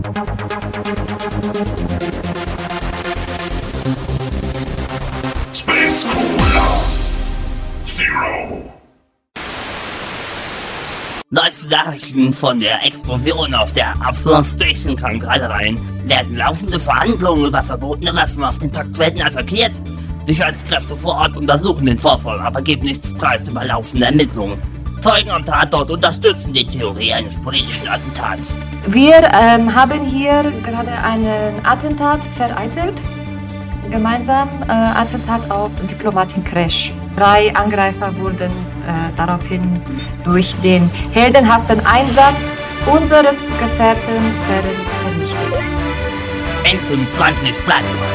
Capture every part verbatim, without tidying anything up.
Space Cola Zero. Neueste Nachrichten von der Explosion auf der Upsilon Station kamen gerade rein. Werden laufende Verhandlungen über verbotene Waffen auf den Paktwelten attackiert? Sicherheitskräfte vor Ort untersuchen den Vorfall, aber geben nichts preis über laufende Ermittlungen. Zeugen am Tatort unterstützen die Theorie eines politischen Attentats. Wir ähm, haben hier gerade einen Attentat vereitelt. Gemeinsam äh, Attentat auf Diplomatin Crash. Drei Angreifer wurden äh, daraufhin durch den heldenhaften Einsatz unseres Gefährten ver- vernichtet. N fünfundzwanzig bleibt dran.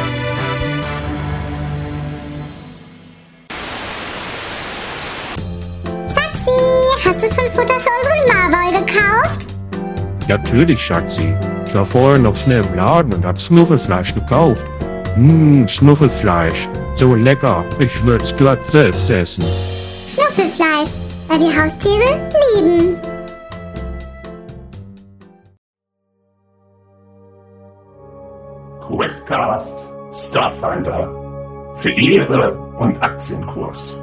Schatzi, hast du schon Futter für unseren Marwoll gekauft? Natürlich, Schatzi. Ich war vorher noch schnell im Laden und hab Snuffelfleisch gekauft. Mmm, Snuffelfleisch. So lecker. Ich würd's glatt selbst essen. Schnuffelfleisch, weil wir Haustiere lieben. Questcast Starfinder für Ehre und Aktienkurs.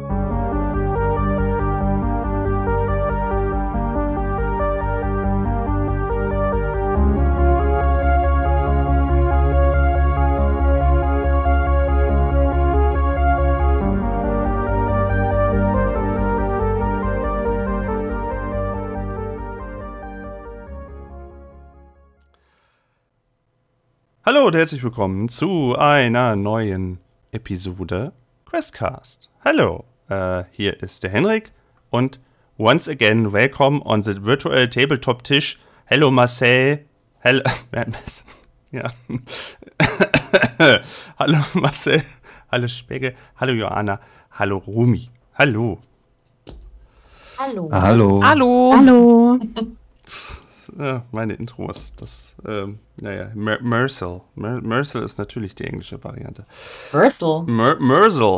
Hallo und herzlich willkommen zu einer neuen Episode Questcast. Hallo, äh, hier ist der Henrik und once again welcome on the virtual tabletop Tisch. Hello Marcel. Hello. Ja. Hallo Marcel. Hallo Specke. Hallo Joanna. Hallo Rumi. Hallo. Hallo. Hallo. Hallo. Hallo. Ja, meine Intros, das, ähm, naja, Mer- Mercel. Mer- Mercel ist natürlich die englische Variante. Mercel. Mer- Mercel.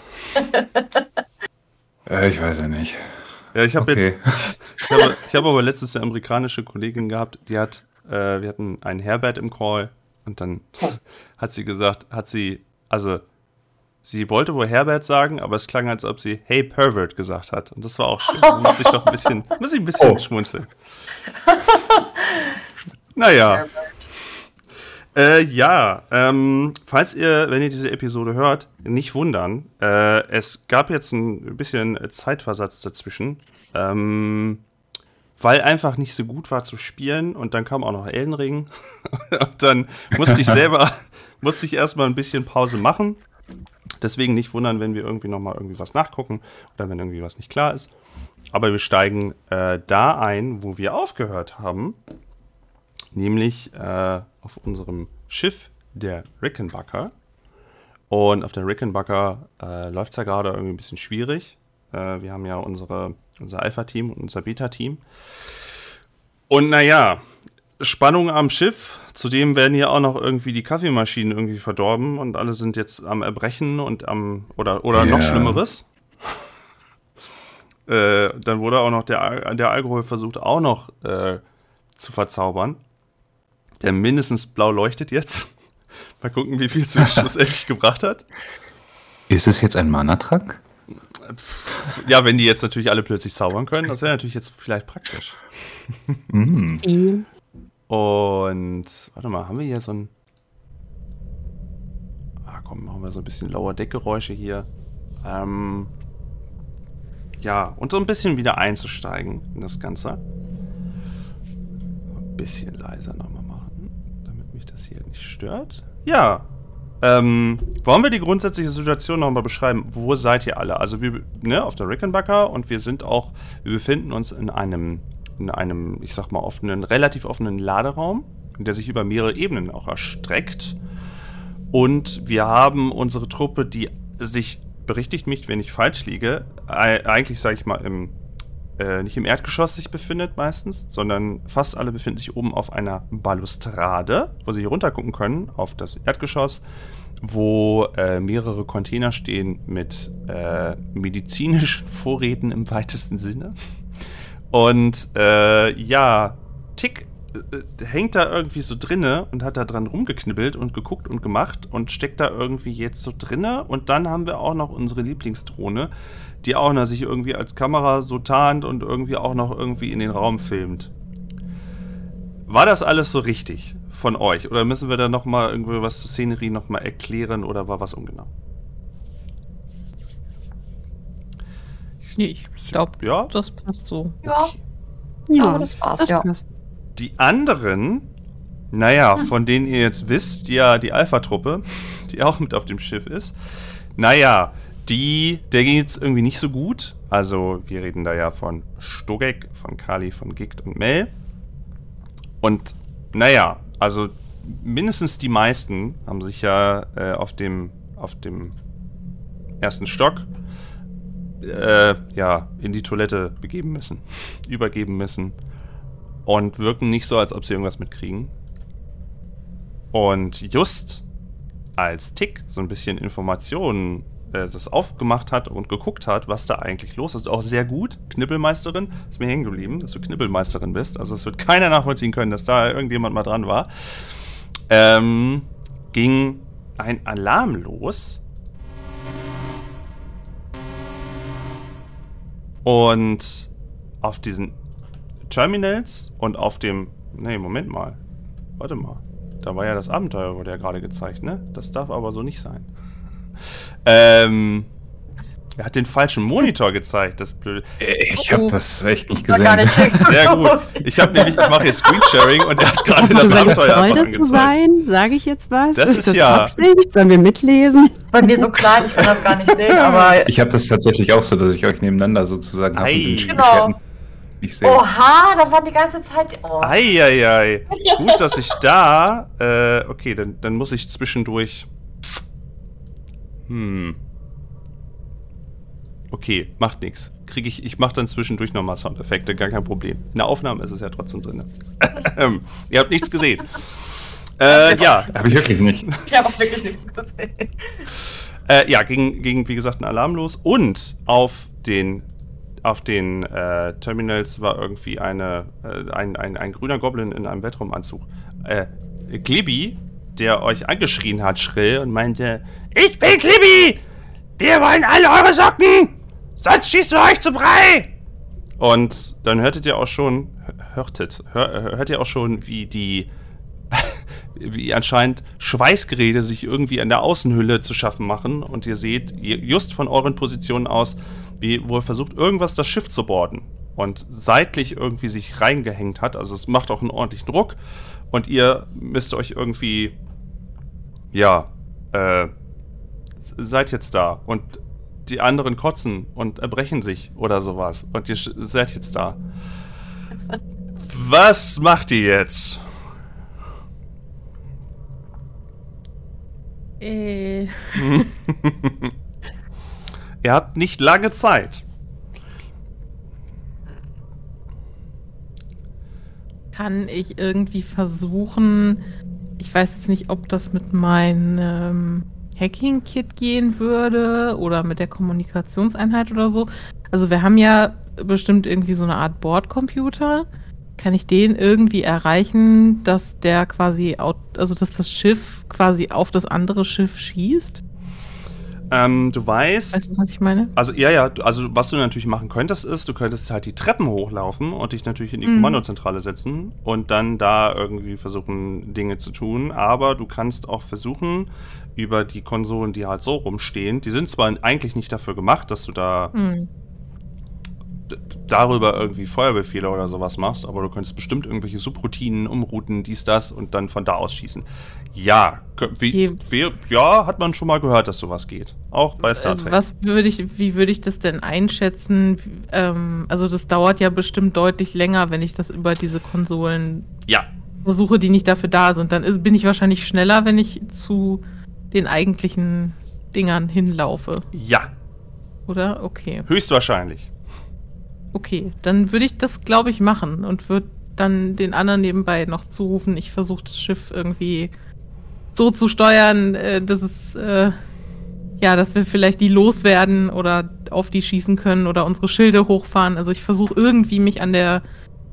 Äh, ich weiß ja nicht. Ja, ich habe Okay. jetzt, ich habe, ich habe aber letztens eine amerikanische Kollegin gehabt, die hat, äh, wir hatten einen Herbert im Call und dann hat sie gesagt, hat sie, also, sie wollte wohl Herbert sagen, aber es klang, als ob sie Hey Pervert gesagt hat. Und das war auch schön. Da musste ich doch ein bisschen, muss ich ein bisschen Oh. schmunzeln. Naja. Äh, ja, ähm, falls ihr, wenn ihr diese Episode hört, nicht wundern. Äh, es gab jetzt ein bisschen Zeitversatz dazwischen, ähm, weil einfach nicht so gut war zu spielen und dann kam auch noch Elden Ring. Und dann musste ich selber, musste ich erstmal ein bisschen Pause machen. Deswegen nicht wundern, wenn wir irgendwie nochmal irgendwie was nachgucken oder wenn irgendwie was nicht klar ist. Aber wir steigen äh, da ein, wo wir aufgehört haben. Nämlich äh, auf unserem Schiff, der Rickenbacker. Und auf der Rickenbacker äh, läuft es ja gerade irgendwie ein bisschen schwierig. Äh, wir haben ja unsere, unser Alpha-Team und unser Beta-Team. Und naja, Spannung am Schiff. Zudem werden hier auch noch irgendwie die Kaffeemaschinen irgendwie verdorben und alle sind jetzt am Erbrechen und am, oder, oder Ja. noch Schlimmeres. äh, dann wurde auch noch der, Al- der Alkohol versucht auch noch äh, zu verzaubern. Der mindestens blau leuchtet jetzt. Mal gucken, wie viel es schlussendlich gebracht hat. Ist es jetzt ein Mana-Trank? Ja, wenn die jetzt natürlich alle plötzlich zaubern können, das wäre natürlich jetzt vielleicht praktisch. Mhm. Und, warte mal, haben wir hier so ein... Ah, komm, machen wir so ein bisschen Lower Deck-Geräusche hier. Ähm... Ja, und so ein bisschen wieder einzusteigen in das Ganze. Ein bisschen leiser nochmal machen, damit mich das hier nicht stört. Ja, ähm, wollen wir die grundsätzliche Situation nochmal beschreiben? Wo seid ihr alle? Also wir, ne, auf der Rickenbacker und wir sind auch, wir befinden uns in einem, in einem, ich sag mal, offenen, relativ offenen Laderaum, der sich über mehrere Ebenen auch erstreckt. Und wir haben unsere Truppe, die sich, berichtigt mich, wenn ich falsch liege, e- eigentlich, sage ich mal, im, äh, nicht im Erdgeschoss sich befindet meistens, sondern fast alle befinden sich oben auf einer Balustrade, wo sie hier runter gucken können, auf das Erdgeschoss, wo äh, mehrere Container stehen mit äh, medizinischen Vorräten im weitesten Sinne. Und äh, ja, Tick äh, hängt da irgendwie so drinne und hat da dran rumgeknibbelt und geguckt und gemacht und steckt da irgendwie jetzt so drinne. Und dann haben wir auch noch unsere Lieblingsdrohne, die auch noch sich irgendwie als Kamera so tarnt und irgendwie auch noch irgendwie in den Raum filmt. War das alles so richtig von euch? Oder müssen wir da nochmal irgendwie was zur Szenerie nochmal erklären oder war was ungenau? Nee, ich glaube, ja? das passt so. Ja, Ja, aber das war's, ja. passt. Die anderen, naja, von denen ihr jetzt wisst, ja, die Alpha-Truppe, die auch mit auf dem Schiff ist, naja, die, der geht jetzt irgendwie nicht so gut. Also, wir reden da ja von Stogek, von Kali, von Gikt und Mel. Und, naja, also mindestens die meisten haben sich ja äh, auf dem, auf dem ersten Stock äh, ja, in die Toilette begeben müssen, übergeben müssen und wirken nicht so, als ob sie irgendwas mitkriegen. Und just als Tick so ein bisschen Informationen äh, das aufgemacht hat und geguckt hat, was da eigentlich los ist, auch sehr gut, Knibbelmeisterin, ist mir hängen geblieben, dass du Knibbelmeisterin bist, also es wird keiner nachvollziehen können, dass da irgendjemand mal dran war, ähm, ging ein Alarm los. Und auf diesen Terminals und auf dem... Nee, Moment mal. Warte mal. Da war ja das Abenteuer, wurde ja gerade gezeigt, ne? Das darf aber so nicht sein. ähm... Er hat den falschen Monitor gezeigt, das blöde. Ich habe das echt nicht War gesehen. gar nicht Sehr gut. Ich habe nämlich, ich mache hier Screensharing und er hat gerade das Soll Abenteuer einfach Freude zu angezeigt. sein? Sage ich jetzt was? Das ist das ja- Absicht? Sollen wir mitlesen? Bei mir so klein, ich kann das gar nicht sehen, aber. Ich habe das tatsächlich auch so, dass ich euch nebeneinander sozusagen habe. Ei. Genau. Ich sehe. Oha, das war die ganze Zeit. Oh. Eieiei. Gut, dass ich da. Äh, okay, dann, dann muss ich zwischendurch. Hm. Okay, macht nichts. Kriege ich, ich mache dann zwischendurch nochmal Soundeffekte, gar kein Problem. In der Aufnahme ist es ja trotzdem drin. Ihr habt nichts gesehen. Äh, ja. Habe ich wirklich nicht. Ich habe auch wirklich nichts gesehen. Äh, ja, ging, ging wie gesagt ein Alarm los und auf den auf den äh, Terminals war irgendwie eine äh, ein, ein, ein grüner Goblin in einem Weltraumanzug. Äh, Glibby, der euch angeschrien hat, schrill und meinte: Ich bin Glibby! Wir wollen alle eure Socken! Sonst schießt ihr euch zu Brei! Und dann hörtet ihr auch schon, hörtet, hör, hört ihr auch schon, wie die wie anscheinend Schweißgeräte sich irgendwie an der Außenhülle zu schaffen machen und ihr seht just von euren Positionen aus, wie wohl versucht, irgendwas das Schiff zu boarden und seitlich irgendwie sich reingehängt hat, also es macht auch einen ordentlichen Druck und ihr müsst euch irgendwie ja, äh seid jetzt da und die anderen kotzen und erbrechen sich oder sowas und ihr seid jetzt da. Was macht ihr jetzt? Äh, Ihr habt nicht lange Zeit. kann ich irgendwie versuchen, ich weiß jetzt nicht, ob das mit meinem Hacking-Kit gehen würde oder mit der Kommunikationseinheit oder so. Also wir haben ja bestimmt irgendwie so eine Art Bordcomputer. Kann ich den irgendwie erreichen, dass der quasi, au- also dass das Schiff quasi auf das andere Schiff schießt? Ähm, du weißt, Weißt du, was ich meine? also ja, ja, also was du natürlich machen könntest, ist, du könntest halt die Treppen hochlaufen und dich natürlich in die Mhm. Kommandozentrale setzen und dann da irgendwie versuchen, Dinge zu tun, aber du kannst auch versuchen, über die Konsolen, die halt so rumstehen, die sind zwar eigentlich nicht dafür gemacht, dass du da Mhm. d- darüber irgendwie Feuerbefehle oder sowas machst, aber du könntest bestimmt irgendwelche Subroutinen umrouten, dies, das und dann von da aus schießen. Ja, kö- wie, Okay. wie, ja, hat man schon mal gehört, dass sowas geht. Auch bei Star Äh, Trek. Was würde ich, wie würde ich das denn einschätzen? Ähm, also das dauert ja bestimmt deutlich länger, wenn ich das über diese Konsolen Ja, versuche, die nicht dafür da sind. Dann ist, bin ich wahrscheinlich schneller, wenn ich zu den eigentlichen Dingern hinlaufe, ja, oder? Okay. höchstwahrscheinlich. Okay, dann würde ich das, glaube ich, machen und würde dann den anderen nebenbei noch zurufen. Ich versuche das Schiff irgendwie so zu steuern, äh, dass es, äh, ja, dass wir vielleicht die loswerden oder auf die schießen können oder unsere Schilde hochfahren. Also ich versuche irgendwie mich an der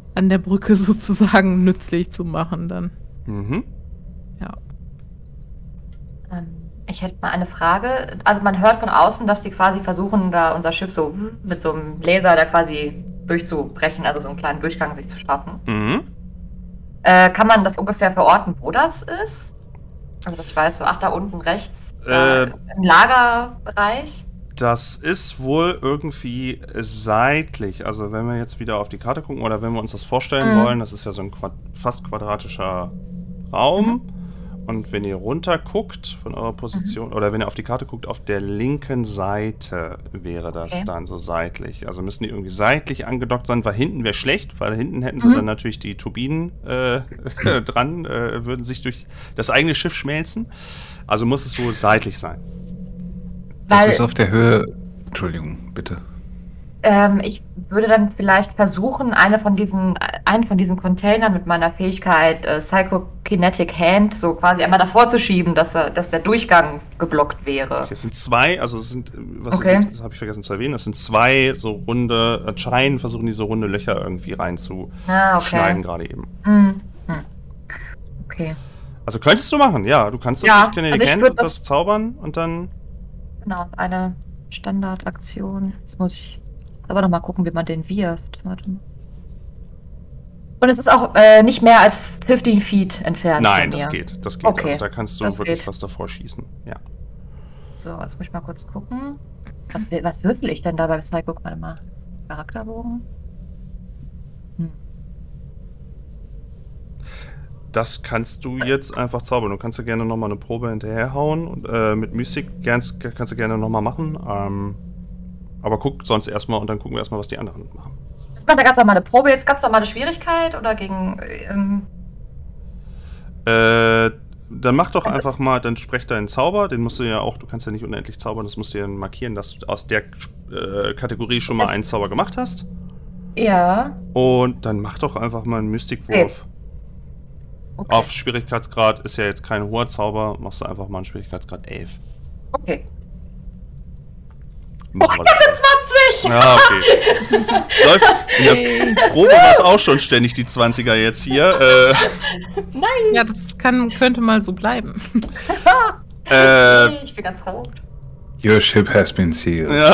an der Brücke sozusagen nützlich zu machen dann. Mhm. Ja. Ähm, ich hätte mal eine Frage. Also man hört von außen, dass die quasi versuchen, da unser Schiff so mit so einem Laser da quasi durchzubrechen, also so einen kleinen Durchgang sich zu schaffen. Mhm. Äh, kann man das ungefähr verorten, wo das ist? Also dass ich weiß, so ach, da unten rechts, äh, Äh, im Lagerbereich. Das ist wohl irgendwie seitlich. Also wenn wir jetzt wieder auf die Karte gucken oder wenn wir uns das vorstellen Mhm. wollen, das ist ja so ein Quad fast quadratischer Raum. Mhm. Und wenn ihr runter guckt von eurer Position, Mhm. oder wenn ihr auf die Karte guckt, auf der linken Seite wäre das Okay. dann so seitlich. Also müssen die irgendwie seitlich angedockt sein, weil hinten wäre schlecht, weil hinten hätten sie Mhm. dann natürlich die Turbinen äh, dran, äh, würden sich durch das eigene Schiff schmelzen. Also muss es wohl seitlich sein. Das Weil- ist auf der Höhe. Entschuldigung, bitte. Ähm, ich würde dann vielleicht versuchen, eine von diesen, einen von diesen Containern mit meiner Fähigkeit äh, Psychokinetic Hand so quasi einmal davor zu schieben, dass, er, dass der Durchgang geblockt wäre. Okay, es sind zwei, also es sind, was Okay. ist, das habe ich vergessen zu erwähnen, es sind zwei so runde, anscheinend versuchen die so runde Löcher irgendwie reinzuschneiden Ah, okay. gerade eben. Hm. Hm. Okay, Also könntest du machen, ja, du kannst das Ja, nicht Kinetic also ich Hand würd und das das- zaubern und dann, genau, eine Standardaktion. Jetzt muss ich aber noch mal gucken, wie man den wirft. Warte mal. Und es ist auch äh, nicht mehr als fünfzehn Feet entfernt nein, von das mir. geht, das geht, Okay, also da kannst du das wirklich geht. was davor schießen, ja. So, jetzt muss ich mal kurz gucken. Was, wi- was würfel ich denn da bei Psycho? Warte mal. Charakterbogen? Hm. Das kannst du jetzt einfach zaubern. Du kannst ja gerne nochmal eine Probe hinterherhauen und äh, mit Mystik gernst, kannst du gerne nochmal machen. Ähm, aber guck sonst erstmal und dann gucken wir erstmal, was die anderen machen. Ich mache da ganz normale Probe, jetzt ganz normale Schwierigkeit oder gegen. Ähm, Äh, dann mach doch Was einfach ist- mal, dann sprech deinen Zauber, den musst du ja auch, du kannst ja nicht unendlich zaubern, das musst du ja markieren, dass du aus der äh, Kategorie schon mal Es- einen Zauber gemacht hast. ja. Und dann mach doch einfach mal einen Mystikwurf. Okay. Auf Schwierigkeitsgrad ist ja jetzt kein hoher Zauber, machst du einfach mal einen Schwierigkeitsgrad elf. Okay. Machen wir Ich habe das. zwanzig! Ja, okay. Läuft. In der Probe war es auch schon ständig die zwanziger jetzt hier. Äh, Ja, das kann, könnte mal so bleiben. äh, Ich bin ganz rot. Your ship has been sealed. ja.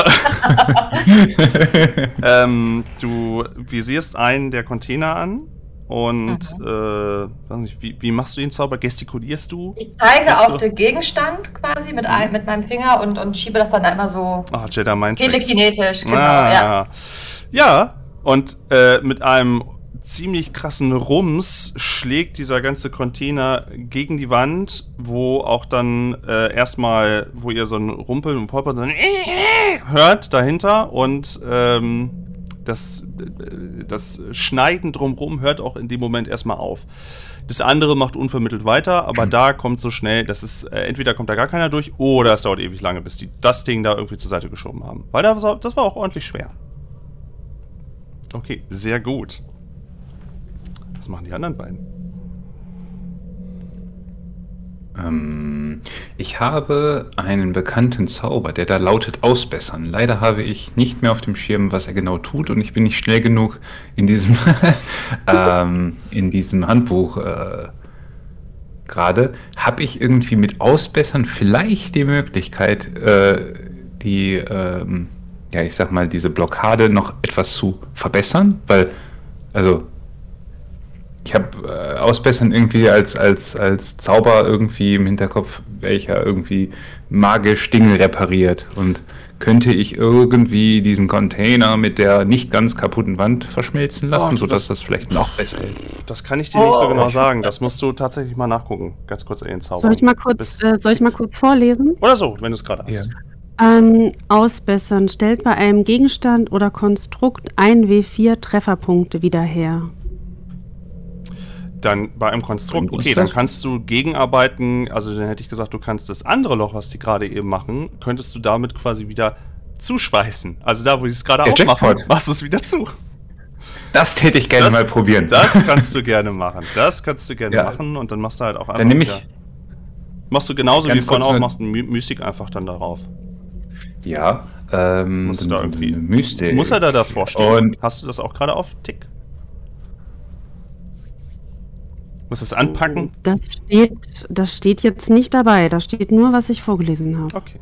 ähm, du visierst einen der Container an und Mhm. äh, weiß nicht, wie, wie machst du den Zauber? Gestikulierst du? Ich zeige Bist auf du- den Gegenstand quasi mit, ein, mit meinem Finger und, und schiebe das dann einmal so Ah, Jedi Mind Tricks. telekinetisch. Genau, ah, ja. ja, und äh, mit einem ziemlich krassen Rums schlägt dieser ganze Container gegen die Wand, wo auch dann äh, erstmal, wo ihr so ein Rumpeln und Polpern so ein hört dahinter und ähm, das, äh, das Schneiden drumherum hört auch in dem Moment erstmal auf. Das andere macht unvermittelt weiter, aber da kommt so schnell, das ist, äh, entweder kommt da gar keiner durch oder es dauert ewig lange, bis die das Ding da irgendwie zur Seite geschoben haben. Weil das war, das war auch ordentlich schwer. Okay, sehr gut. Was machen die anderen beiden? Ähm, ich habe einen bekannten Zauber, der da lautet Ausbessern. Leider habe ich nicht mehr auf dem Schirm, was er genau tut, und ich bin nicht schnell genug in diesem, ähm, in diesem Handbuch äh, gerade. Habe ich irgendwie mit Ausbessern vielleicht die Möglichkeit, äh, die, ähm, ja, ich sag mal, diese Blockade noch etwas zu verbessern? Weil, also, ich habe äh, Ausbessern irgendwie als, als, als Zauber irgendwie im Hinterkopf, welcher irgendwie magisch Dinge repariert. Und könnte ich irgendwie diesen Container mit der nicht ganz kaputten Wand verschmelzen lassen, Oh, sodass das- das vielleicht noch besser hält? Das kann ich dir nicht so genau sagen. Das musst du tatsächlich mal nachgucken. Ganz kurz in den Zauber. Soll ich mal kurz, Bis- äh, soll ich mal kurz vorlesen? Oder so, wenn du es gerade hast. Ja. Ähm, ausbessern. Stellt bei einem Gegenstand oder Konstrukt ein W vier Trefferpunkte wieder her. Dann bei einem Konstrukt, Bringt uns okay, dann das? kannst du gegenarbeiten, also dann hätte ich gesagt, du kannst das andere Loch, was die gerade eben machen, könntest du damit quasi wieder zuschweißen. Also da, wo die es gerade Der aufmachen, Jackpot. machst du es wieder zu. Das täte ich gerne Das- mal probieren. Das kannst du gerne machen. Das kannst du gerne Ja. machen und dann machst du halt auch einfach Dann nehme ich wieder- Machst du genauso wie Ganz vorhin kurz auch, mal- machst My Mystik einfach dann darauf. Ja, ähm, Musst du da irgendwie- Mystik. Muss er da davor stehen? Und Hast du das auch gerade auf Tick? Muss es anpacken? Das steht, das steht jetzt nicht dabei. Da steht nur, was ich vorgelesen habe. Okay.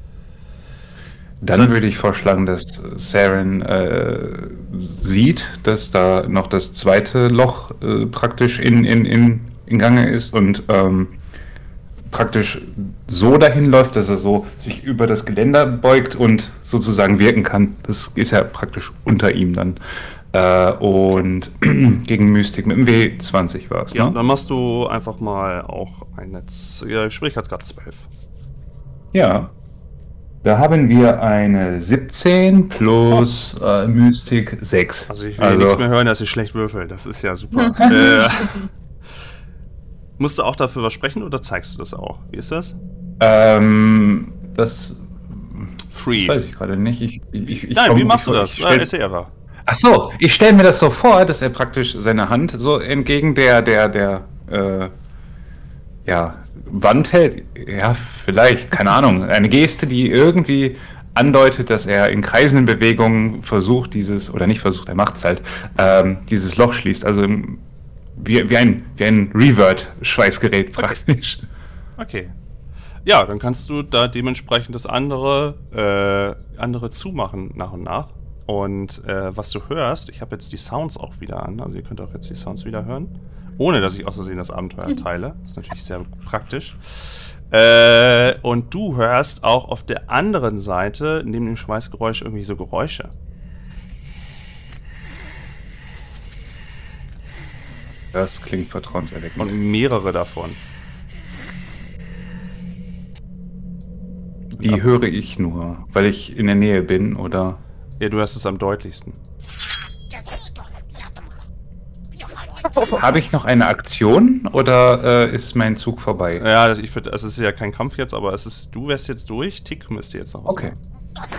Dann würde ich vorschlagen, dass Saren äh, sieht, dass da noch das zweite Loch äh, praktisch in, in, in, in Gange ist und ähm, praktisch so dahin läuft, dass er so sich über das Geländer beugt und sozusagen wirken kann. Das ist ja praktisch unter ihm dann. Äh, und gegen Mystik mit dem W zwanzig war es, Ja, ne? dann machst du einfach mal auch eine Z- ja, Schwierigkeitsgrad zwölf. Ja. Da haben wir eine siebzehn plus äh, Mystik sechs. Also ich will nichts mehr hören, dass ich schlecht würfel. Das ist ja super. äh, musst du auch dafür was sprechen oder zeigst du das auch? Wie ist das? Ähm, das Free. weiß ich gerade nicht. Ich, ich, ich Nein, komm, wie machst ich, du das? Ich Ja, stell, erzähl einfach. ach so, ich stelle mir das so vor, dass er praktisch seine Hand so entgegen der, der, der, äh, ja, Wand hält. Ja, vielleicht, keine Ahnung. Eine Geste, die irgendwie andeutet, dass er in kreisenden Bewegungen versucht, dieses, oder nicht versucht, er macht es halt, ähm, dieses Loch schließt. Also im, wie, wie ein, wie ein Revert-Schweißgerät praktisch. Okay. Ja, dann kannst du da dementsprechend das andere, äh, andere zumachen nach und nach. Und äh, was du hörst, ich habe jetzt die Sounds auch wieder an, also ihr könnt auch jetzt die Sounds wieder hören, ohne dass ich aus Versehen das Abenteuer teile. Das ist natürlich sehr praktisch. Äh, und du hörst auch auf der anderen Seite, neben dem Schweißgeräusch, irgendwie so Geräusche. Das klingt vertrauenserweckend. Und mehrere davon. Die höre ich nur, weil ich in der Nähe bin, oder? Ja, du hörst es am deutlichsten. Habe ich noch eine Aktion oder äh, ist mein Zug vorbei? Ja, das, ich würd, also es ist ja kein Kampf jetzt, aber es ist, du wärst jetzt durch. Tick müsste jetzt noch was Okay. machen.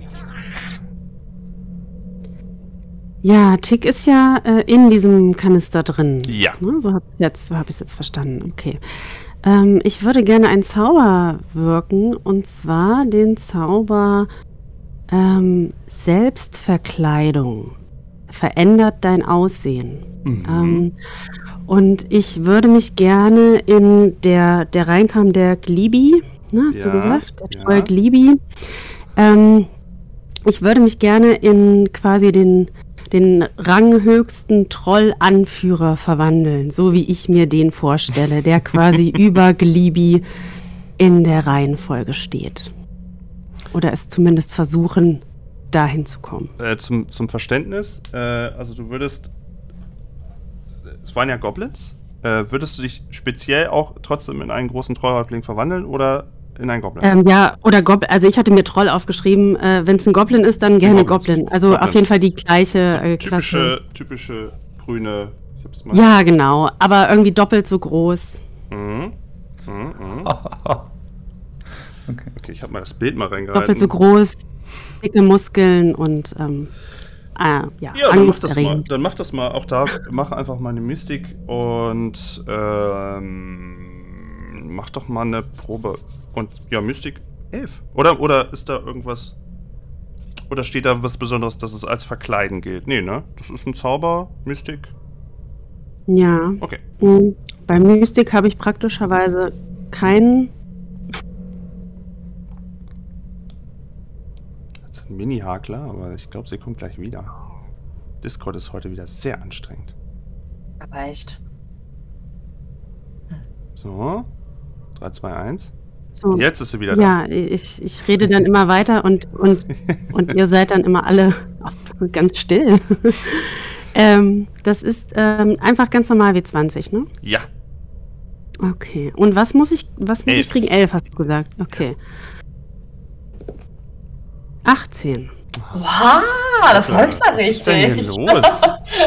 Ja, Tick ist ja äh, in diesem Kanister drin. Ja. Ne? So habe ich jetzt, so hab ich es jetzt verstanden. Okay. Ähm, ich würde gerne einen Zauber wirken, und zwar den Zauber ähm, Selbstverkleidung. Verändert dein Aussehen. Mhm. Ähm, und ich würde mich gerne in der, der reinkam, der Glibi, ne, hast Ja, du gesagt? Der ja. Troll Glibi. Ähm, ich würde mich gerne in quasi den, den ranghöchsten Trollanführer verwandeln, so wie ich mir den vorstelle, der quasi über Glibi in der Reihenfolge steht. Oder es zumindest versuchen, dahin zu kommen. Äh, zum, zum Verständnis, äh, also du würdest, es waren ja Goblins, äh, würdest du dich speziell auch trotzdem in einen großen Trollhäuptling verwandeln oder in einen Goblin? Ähm, ja, oder Goblin, also ich hatte mir Troll aufgeschrieben, äh, wenn es ein Goblin ist, dann gerne Goblins. Goblin. Also Goblins. auf jeden Fall die gleiche so äh, Klasse. typische, typische grüne, ich hab's mal. Ja, genau, aber irgendwie doppelt so groß. Mhm. Mhm, mhm. Okay. Okay, ich habe mal das Bild mal reingehalten. Doppelt so groß, dicke Muskeln und ähm, äh, ja, Ja, dann mach das mal. angsterregend. Dann mach das mal. Auch da, mach einfach mal eine Mystik und ähm, mach doch mal eine Probe. Und ja, Mystik elf. Oder, oder ist da irgendwas? Oder steht da was Besonderes, dass es als Verkleiden gilt? Nee, ne? Das ist ein Zauber, Mystik. Ja. Okay. Mhm. Bei Mystik habe ich praktischerweise keinen. Das ist ein Mini-Hakler, aber ich glaube, sie kommt gleich wieder. Discord ist heute wieder sehr anstrengend. Aber echt. So. drei, zwei, eins. So. Jetzt ist sie wieder da. Ja, ich, ich rede dann immer weiter und, und, und ihr seid dann immer alle ganz still. ähm, das ist ähm, einfach ganz normal wie zwanzig, ne? Ja. Okay. Und was muss ich, was muss Elf. ich kriegen? Elf hast du gesagt. Okay. achtzehn. Wow, das läuft da Was ist denn hier richtig. los?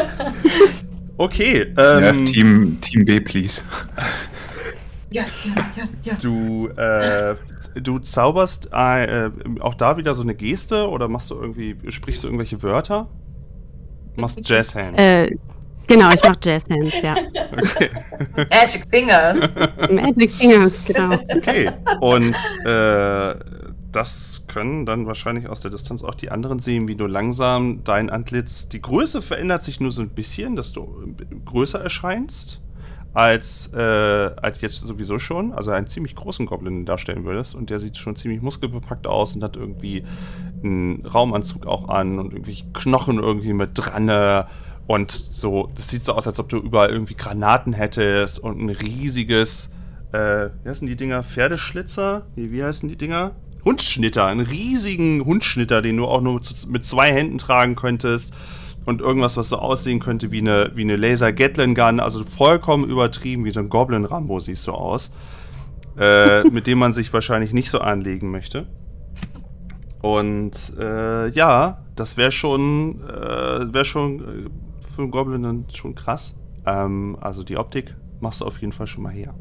Okay, Nerv ähm, Team, Team B, please. Ja, ja, ja, ja. du, äh, du zauberst äh, auch da wieder so eine Geste oder machst du irgendwie, sprichst du irgendwelche Wörter? Machst Jazz Hands. Äh, genau, ich mache Jazz Hands, ja. Okay. Magic Fingers. Magic Fingers, genau. Okay. Und äh, das können dann wahrscheinlich aus der Distanz auch die anderen sehen, wie du langsam dein Antlitz, die Größe verändert sich nur so ein bisschen, dass du größer erscheinst. als, äh, als jetzt sowieso schon. Also einen ziemlich großen Goblin darstellen würdest. Und der sieht schon ziemlich muskelbepackt aus und hat irgendwie einen Raumanzug auch an und irgendwelche Knochen irgendwie mit dran. Und so, das sieht so aus, als ob du überall irgendwie Granaten hättest und ein riesiges, äh, wie heißen die Dinger? Pferdeschlitzer? Nee, wie heißen die Dinger? Hundschnitter, einen riesigen Hundschnitter, den du auch nur mit zwei Händen tragen könntest. Und irgendwas, was so aussehen könnte wie eine, wie eine Laser-Gatling-Gun. Also vollkommen übertrieben, wie so ein Goblin-Rambo siehst du aus. Äh, mit dem man sich wahrscheinlich nicht so anlegen möchte. Und äh, ja, das wäre schon, äh, wäre schon äh, für einen Goblin dann schon krass. Ähm, also die Optik machst du auf jeden Fall schon mal her.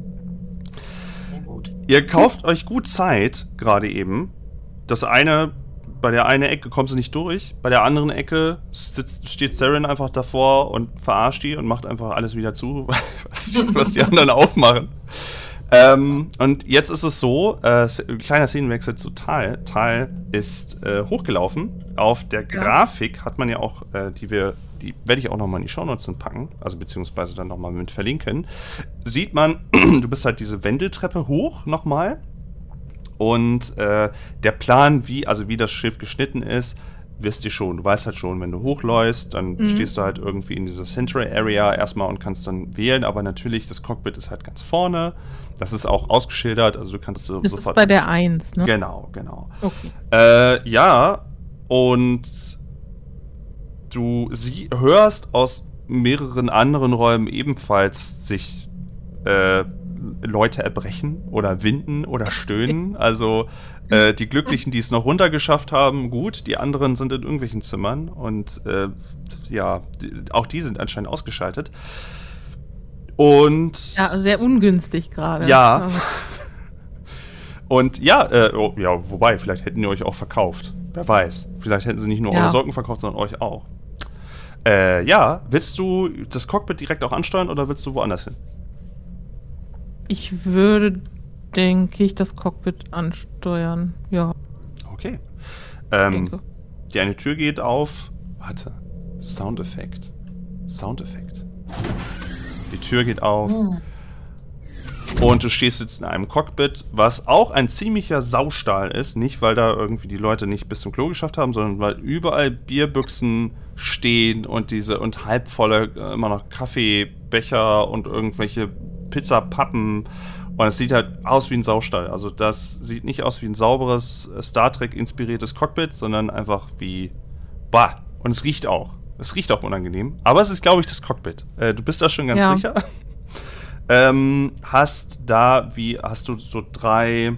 Ihr kauft euch gut Zeit, gerade eben. Das eine, bei der einen Ecke kommt sie nicht durch, bei der anderen Ecke sitzt, steht Saren einfach davor und verarscht die und macht einfach alles wieder zu, was, was die anderen aufmachen. Ähm, und jetzt ist es so, äh, kleiner Szenenwechsel zu Tal. Tal ist äh, hochgelaufen. Auf der Grafik hat man ja auch, äh, die wir, die werde ich auch nochmal in die Shownotes packen, also beziehungsweise dann nochmal mit verlinken. Sieht man, du bist halt diese Wendeltreppe hoch nochmal. Und äh, der Plan, wie, also wie das Schiff geschnitten ist, wisst ihr schon. Du weißt halt schon, wenn du hochläufst, dann mhm. stehst du halt irgendwie in dieser Central Area erstmal und kannst dann wählen, aber natürlich, das Cockpit ist halt ganz vorne. Das ist auch ausgeschildert, also du kannst so, das sofort... Das ist bei der eins, ne? Genau, genau. Okay. Äh, ja, und du sie hörst aus mehreren anderen Räumen ebenfalls sich äh, Leute erbrechen oder winden oder stöhnen. Also äh, die Glücklichen, die es noch runtergeschafft haben, gut. Die anderen sind in irgendwelchen Zimmern und äh, ja, die, auch die sind anscheinend ausgeschaltet. Und ja, sehr ungünstig gerade. Ja. Und ja, äh, oh, ja, wobei, vielleicht hätten die euch auch verkauft. Wer weiß. Vielleicht hätten sie nicht nur ja. eure Socken verkauft, sondern euch auch. Äh, ja, willst du das Cockpit direkt auch ansteuern oder willst du woanders hin? Ich würde, denke ich, das Cockpit ansteuern, ja. Okay. Ähm, die eine Tür geht auf. Warte. Soundeffekt. Soundeffekt. Die Tür geht auf. Hm. Und du stehst jetzt in einem Cockpit, was auch ein ziemlicher Saustall ist. Nicht, weil da irgendwie die Leute nicht bis zum Klo geschafft haben, sondern weil überall Bierbüchsen stehen und diese und halbvolle, immer noch Kaffeebecher und irgendwelche Pizzapappen. Und es sieht halt aus wie ein Saustall. Also das sieht nicht aus wie ein sauberes Star Trek-inspiriertes Cockpit, sondern einfach wie... Bah! Und es riecht auch. Es riecht auch unangenehm. Aber es ist, glaube ich, das Cockpit. Äh, du bist da schon ganz ja. sicher. ähm, hast da, wie, hast du so drei,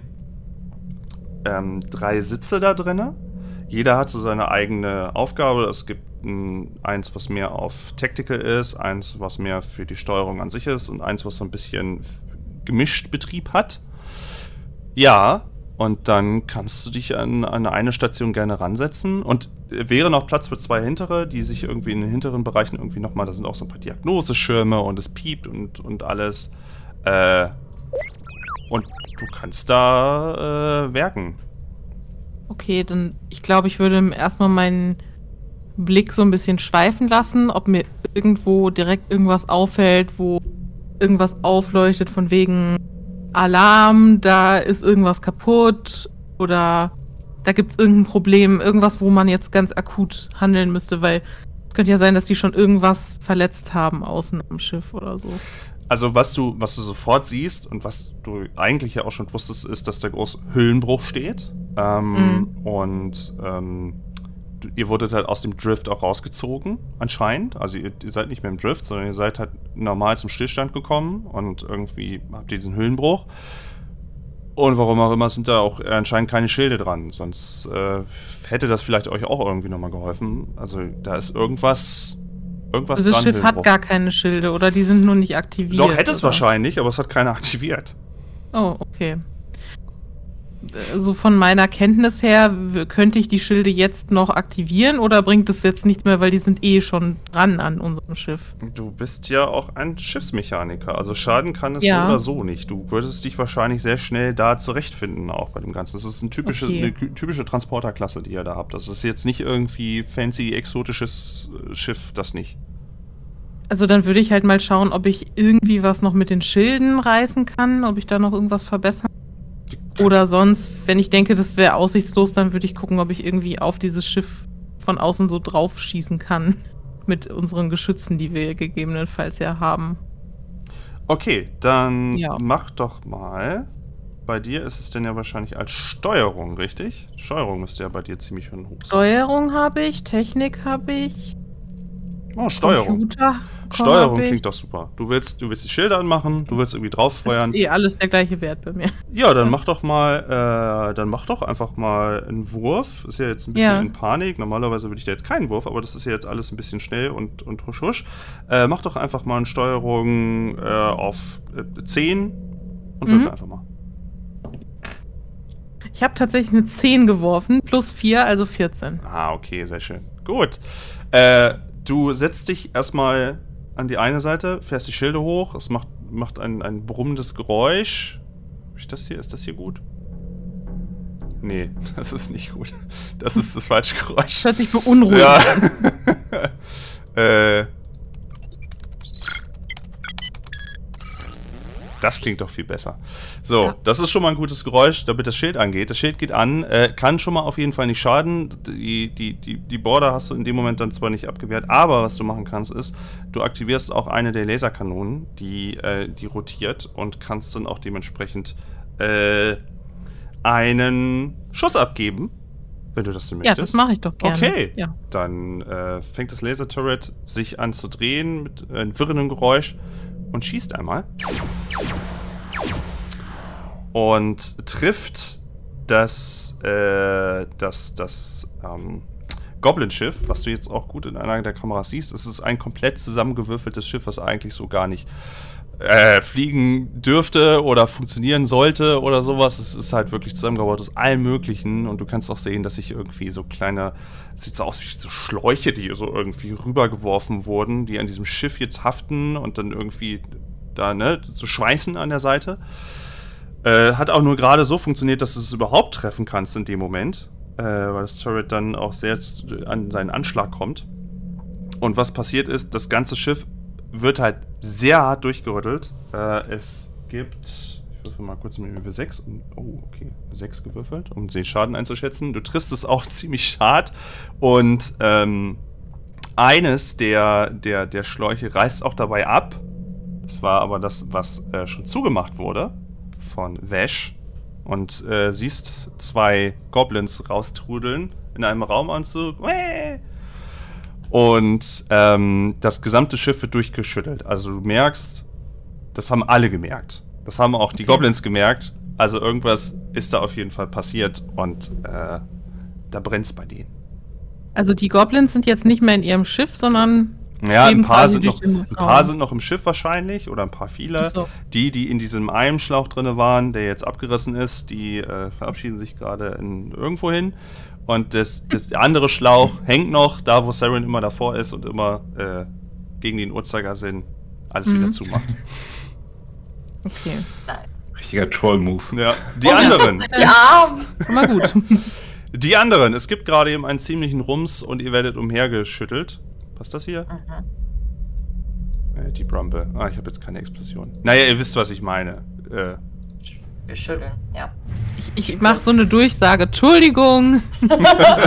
ähm, drei Sitze da drin. Jeder hat so seine eigene Aufgabe. Es gibt ein, eins, was mehr auf Tactical ist, eins, was mehr für die Steuerung an sich ist und eins, was so ein bisschen gemischt Betrieb hat. Ja, und dann kannst du dich an, an eine Station gerne ransetzen und wäre noch Platz für zwei hintere, die sich irgendwie in den hinteren Bereichen irgendwie nochmal, da sind auch so ein paar Diagnoseschirme und es piept und, und alles. Äh, und du kannst da äh, werken. Okay, dann ich glaube, ich würde erstmal meinen Blick so ein bisschen schweifen lassen, ob mir irgendwo direkt irgendwas auffällt, wo irgendwas aufleuchtet von wegen Alarm, da ist irgendwas kaputt oder da gibt es irgendein Problem, irgendwas, wo man jetzt ganz akut handeln müsste, weil es könnte ja sein, dass die schon irgendwas verletzt haben außen am Schiff oder so. Also was du, was du sofort siehst und was du eigentlich ja auch schon wusstest, ist, dass der große Hüllenbruch steht. Ähm, mhm. Und ähm, ihr wurdet halt aus dem Drift auch rausgezogen, anscheinend. Also ihr, ihr seid nicht mehr im Drift, sondern ihr seid halt normal zum Stillstand gekommen und irgendwie habt ihr diesen Hüllenbruch. Und warum auch immer sind da auch anscheinend keine Schilde dran. Sonst äh, hätte das vielleicht euch auch irgendwie nochmal geholfen. Also da ist irgendwas, irgendwas also dran. Das Schiff hat gar keine Schilde oder die sind nur nicht aktiviert. Doch, hätte es oder? wahrscheinlich, aber es hat keiner aktiviert. Oh, okay. So von meiner Kenntnis her, könnte ich die Schilde jetzt noch aktivieren oder bringt es jetzt nichts mehr, weil die sind eh schon dran an unserem Schiff? Du bist ja auch ein Schiffsmechaniker, also schaden kann es ja. so oder so nicht. Du würdest dich wahrscheinlich sehr schnell da zurechtfinden, auch bei dem Ganzen. Das ist ein typische, okay. eine typische Transporterklasse, die ihr da habt. Das ist jetzt nicht irgendwie fancy, exotisches Schiff, das nicht. Also dann würde ich halt mal schauen, ob ich irgendwie was noch mit den Schilden reißen kann, ob ich da noch irgendwas verbessern kann. Oder sonst, wenn ich denke, das wäre aussichtslos, dann würde ich gucken, ob ich irgendwie auf dieses Schiff von außen so drauf schießen kann. Mit unseren Geschützen, die wir gegebenenfalls ja haben. Okay, dann Ja. mach doch mal. Bei dir ist es denn ja wahrscheinlich als Steuerung, richtig? Steuerung müsste ja bei dir ziemlich schon hoch sein. Steuerung habe ich, Technik habe ich. Oh, Steuerung. Computer Steuerung hab ich. klingt doch super. Du willst, du willst die Schilder anmachen, du willst irgendwie drauf Das feuern. ist eh alles der gleiche Wert bei mir. Ja, dann mach doch mal, äh, dann mach doch einfach mal einen Wurf. Ist ja jetzt ein bisschen Ja. in Panik. Normalerweise würde ich da jetzt keinen Wurf, aber das ist ja jetzt alles ein bisschen schnell und, und husch husch. Äh, mach doch einfach mal eine Steuerung äh, auf äh, zehn und Mhm. würfel einfach mal. Ich habe tatsächlich eine zehn geworfen, plus vier, also vierzehn. Ah, okay, sehr schön. Gut. Äh, du setzt dich erstmal an die eine Seite, fährst die Schilde hoch, es macht, macht ein, ein brummendes Geräusch. Ist das hier, ist das hier gut? Nee, das ist nicht gut. Das ist das falsche Geräusch. Das hört sich beunruhigend Ja. an. äh, das klingt doch viel besser. So, Ja. das ist schon mal ein gutes Geräusch, damit das Schild angeht. Das Schild geht an, äh, kann schon mal auf jeden Fall nicht schaden. Die, die, die, die Border hast du in dem Moment dann zwar nicht abgewehrt, aber was du machen kannst, ist, du aktivierst auch eine der Laserkanonen, die, äh, die rotiert und kannst dann auch dementsprechend äh, einen Schuss abgeben, wenn du das denn Ja, möchtest. das mache ich doch gerne. Okay, Ja. dann äh, fängt das Laser-Turret sich an zu drehen mit äh, einem wirrenden Geräusch und schießt einmal. Und trifft das, äh, das, das ähm, Goblin-Schiff, was du jetzt auch gut in einer der Kameras siehst. Es ist ein komplett zusammengewürfeltes Schiff, was eigentlich so gar nicht äh, fliegen dürfte oder funktionieren sollte oder sowas. Es ist halt wirklich zusammengebaut aus allem Möglichen und du kannst auch sehen, dass sich irgendwie so kleine, sieht so aus wie so Schläuche, die so irgendwie rübergeworfen wurden, die an diesem Schiff jetzt haften und dann irgendwie da, ne, so schweißen an der Seite. Äh, hat auch nur gerade so funktioniert, dass du es überhaupt treffen kannst in dem Moment, äh, weil das Turret dann auch sehr an seinen Anschlag kommt. Und was passiert ist, das ganze Schiff wird halt sehr hart durchgerüttelt. Äh, es gibt, ich würfel mal kurz mit mir sechs. Oh, okay, sechs gewürfelt, um den Schaden einzuschätzen. Du triffst es auch ziemlich hart und ähm, eines der, der, der Schläuche reißt auch dabei ab. Das war aber das, was äh, schon zugemacht wurde von Vash. Und äh, siehst zwei Goblins raustrudeln in einem Raumanzug. Und ähm, das gesamte Schiff wird durchgeschüttelt. Also du merkst, das haben alle gemerkt. Das haben auch die Okay. Goblins gemerkt. Also irgendwas ist da auf jeden Fall passiert und äh, da brennt's bei denen. Also die Goblins sind jetzt nicht mehr in ihrem Schiff, sondern Ja, ein schweben paar, quasi sind durch noch, den ein Raum. paar sind noch im Schiff wahrscheinlich oder ein paar viele. Ach so. Die, die in diesem einen Schlauch drin waren, der jetzt abgerissen ist, die äh, verabschieden sich gerade in irgendwo hin. Und das, das der andere Schlauch hängt noch da, wo Saren immer davor ist und immer äh, gegen den Uhrzeigersinn alles Mhm. wieder zumacht. Okay. Richtiger Troll-Move. Ja, die anderen. Ja, Mal gut. Die anderen. Es gibt gerade eben einen ziemlichen Rums und ihr werdet umhergeschüttelt. Was ist das hier? Äh, die Brumble. Ah, ich habe jetzt keine Explosion. Naja, ihr wisst, was ich meine. Äh, wir schütteln, ja. Ich, ich mache so eine Durchsage. Entschuldigung. Hm,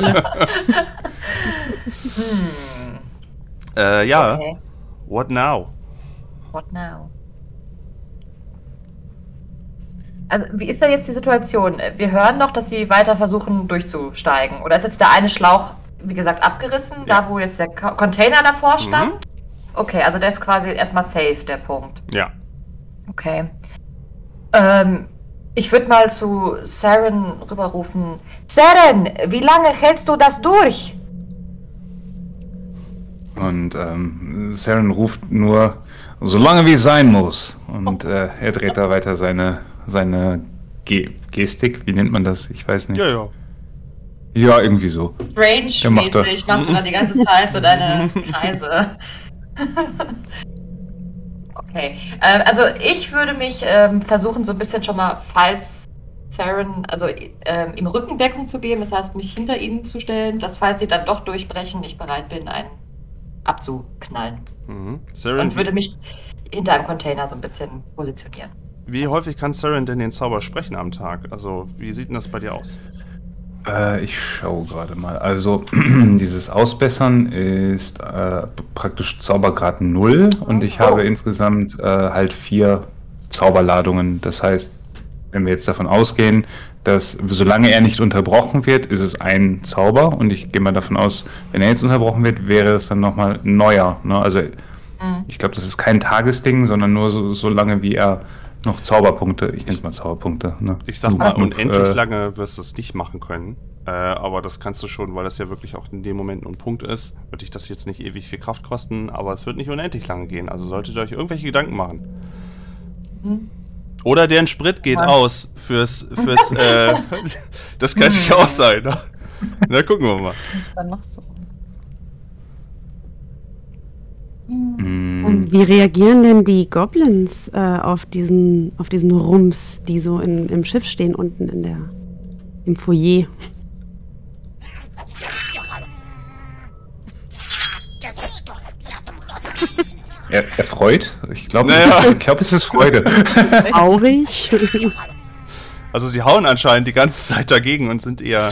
äh, ja. okay. What now? What now? Also, wie ist denn jetzt die Situation? Wir hören noch, dass sie weiter versuchen durchzusteigen. Oder ist jetzt der eine Schlauch, wie gesagt, abgerissen, Ja. da wo jetzt der Ko- Container davor stand? Mhm. Okay, also der ist quasi erstmal safe, der Punkt. Ja. Okay. Ähm, ich würde mal zu Saren rüberrufen. Saren, wie lange hältst du das durch? Und ähm, Saren ruft nur, so lange wie es sein muss. Und äh, er dreht da weiter seine, seine Ge Gestik, wie nennt man das? Ich weiß nicht. Ja, ja. Ja, irgendwie so. Der macht das. Strange-mäßig machst du da die ganze Zeit so deine Kreise. Okay, äh, also ich würde mich ähm, versuchen, so ein bisschen schon mal, falls Saren, also ähm, ihm Rückendeckung zu geben, das heißt, mich hinter ihnen zu stellen, dass falls sie dann doch durchbrechen, ich bereit bin, einen abzuknallen. Mhm. Saren, Und würde mich hinter einem Container so ein bisschen positionieren. Wie häufig kann Saren denn den Zauber sprechen am Tag? Also, wie sieht denn das bei dir aus? Äh, ich schaue gerade mal. Also, dieses Ausbessern ist äh, praktisch Zaubergrad null und ich Oh. habe insgesamt äh, halt vier Zauberladungen. Das heißt, wenn wir jetzt davon ausgehen, dass solange er nicht unterbrochen wird, ist es ein Zauber und ich gehe mal davon aus, wenn er jetzt unterbrochen wird, wäre es dann nochmal ein neuer. Ne? Also, Mhm. ich glaube, das ist kein Tagesding, sondern nur so, so lange, wie er noch Zauberpunkte, ich nenne es mal Zauberpunkte. Ne? Ich sag mal, Genug, unendlich äh, lange wirst du es nicht machen können. Äh, aber das kannst du schon, weil das ja wirklich auch in dem Moment nur ein Punkt ist, wird dich das jetzt nicht ewig viel Kraft kosten, aber es wird nicht unendlich lange gehen. Also solltet ihr euch irgendwelche Gedanken machen. Mhm. Oder deren Sprit geht Mann. aus fürs, fürs, äh, das kann natürlich auch sein. Ne? Na, gucken wir mal. Was ist dann noch so? mh, Und wie reagieren denn die Goblins äh, auf diesen auf diesen Rums, die so in, im Schiff stehen, unten in der im Foyer? Er, erfreut? Ich glaube, Naja. ich glaube, es ist Freude. Traurig? Also sie hauen anscheinend die ganze Zeit dagegen und sind eher...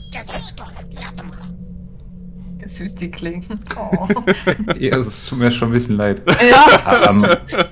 Süß die klingen. Oh. Ja, es tut mir schon ein bisschen leid. Ja. Ähm,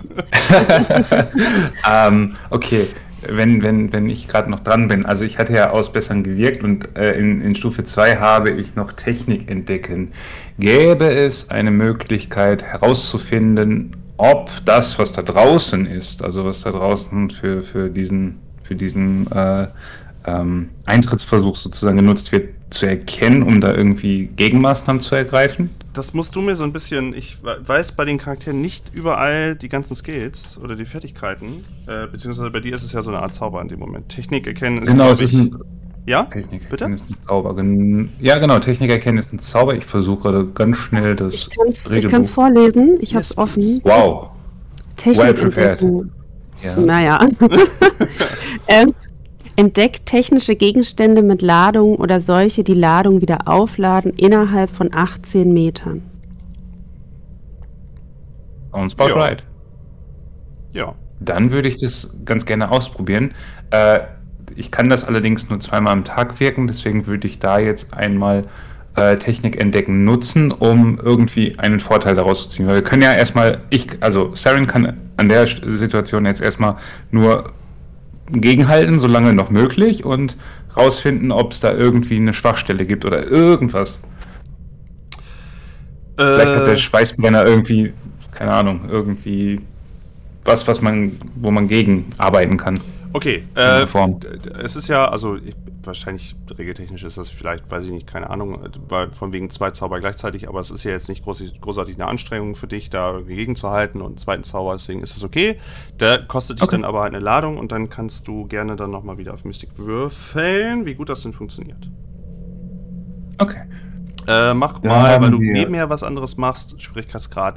ähm, okay, wenn, wenn, wenn ich gerade noch dran bin, also ich hatte ja Ausbessern gewirkt und äh, in, in Stufe zwei habe ich noch Technik entdecken. Gäbe es eine Möglichkeit herauszufinden, ob das, was da draußen ist, also was da draußen für, für diesen, für diesen äh, ähm, Eintrittsversuch sozusagen genutzt wird, zu erkennen, um da irgendwie Gegenmaßnahmen zu ergreifen? Das musst du mir so ein bisschen... Ich weiß bei den Charakteren nicht überall die ganzen Skills oder die Fertigkeiten. Äh, beziehungsweise bei dir ist es ja so eine Art Zauber in dem Moment. Technik erkennen ist, Genau, glaub es ist ich... ein Ja? Technik Bitte? erkennen ist ein Zauber. Gen- Ja, genau, Technik erkennen ist ein Zauber. Ich versuche gerade ganz schnell das Ich kann es ich Regelbuch. kann's vorlesen. Ich habe Yes, es offen. please. Wow. Technik Well prepared. entdecken. Ja. Naja. ähm, entdeckt technische Gegenstände mit Ladung oder solche, die Ladung wieder aufladen, innerhalb von achtzehn Metern. Sounds about Ja. right. Ja. Dann würde ich das ganz gerne ausprobieren. Äh, ich kann das allerdings nur zweimal am Tag wirken, deswegen würde ich da jetzt einmal äh, Technik entdecken nutzen, um irgendwie einen Vorteil daraus zu ziehen. Weil wir können ja erstmal, ich, also Saren kann an der Situation jetzt erstmal nur gegenhalten, solange noch möglich, und rausfinden, ob es da irgendwie eine Schwachstelle gibt oder irgendwas. Vielleicht hat der Äh, Schweißbrenner irgendwie, keine Ahnung, irgendwie was, was man, wo man gegen arbeiten kann. okay. In der Äh, Form. d- d- es ist ja, also ich, wahrscheinlich regeltechnisch ist das vielleicht, weiß ich nicht, keine Ahnung, äh, weil von wegen zwei Zauber gleichzeitig, aber es ist ja jetzt nicht groß, großartig eine Anstrengung für dich, da irgendwie gegenzuhalten und einen zweiten Zauber, deswegen ist es okay. Der kostet dich Okay. dann aber eine Ladung und dann kannst du gerne dann nochmal wieder auf Mystik würfeln, wie gut das denn funktioniert. Okay. Äh, mach Da mal, weil haben du wir- nebenher was anderes machst, Schwierigkeitsgrad.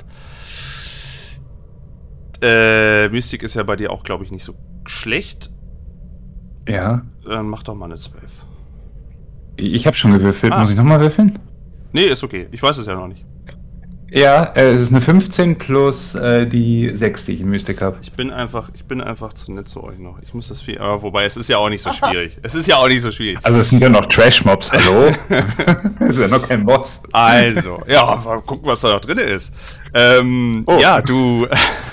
Äh, Mystik ist ja bei dir auch, glaube ich, nicht so schlecht. Ja. Dann mach doch mal eine zwölf. Ich habe schon gewürfelt. Ah. Muss ich nochmal würfeln? Nee, ist okay. Ich weiß es ja noch nicht. Ja, äh, es ist eine fünfzehn plus äh, die sechs, die ich in Mystik habe. Ich bin einfach, ich bin einfach zu nett zu euch noch. Ich muss das viel, aber wobei, es ist ja auch nicht so schwierig. Es ist ja auch nicht so schwierig. Also es sind ja noch Trash-Mobs, hallo? Das ist ja noch kein Boss. Also, ja, mal gucken, was da noch drin ist. Ähm, Oh. Ja, du,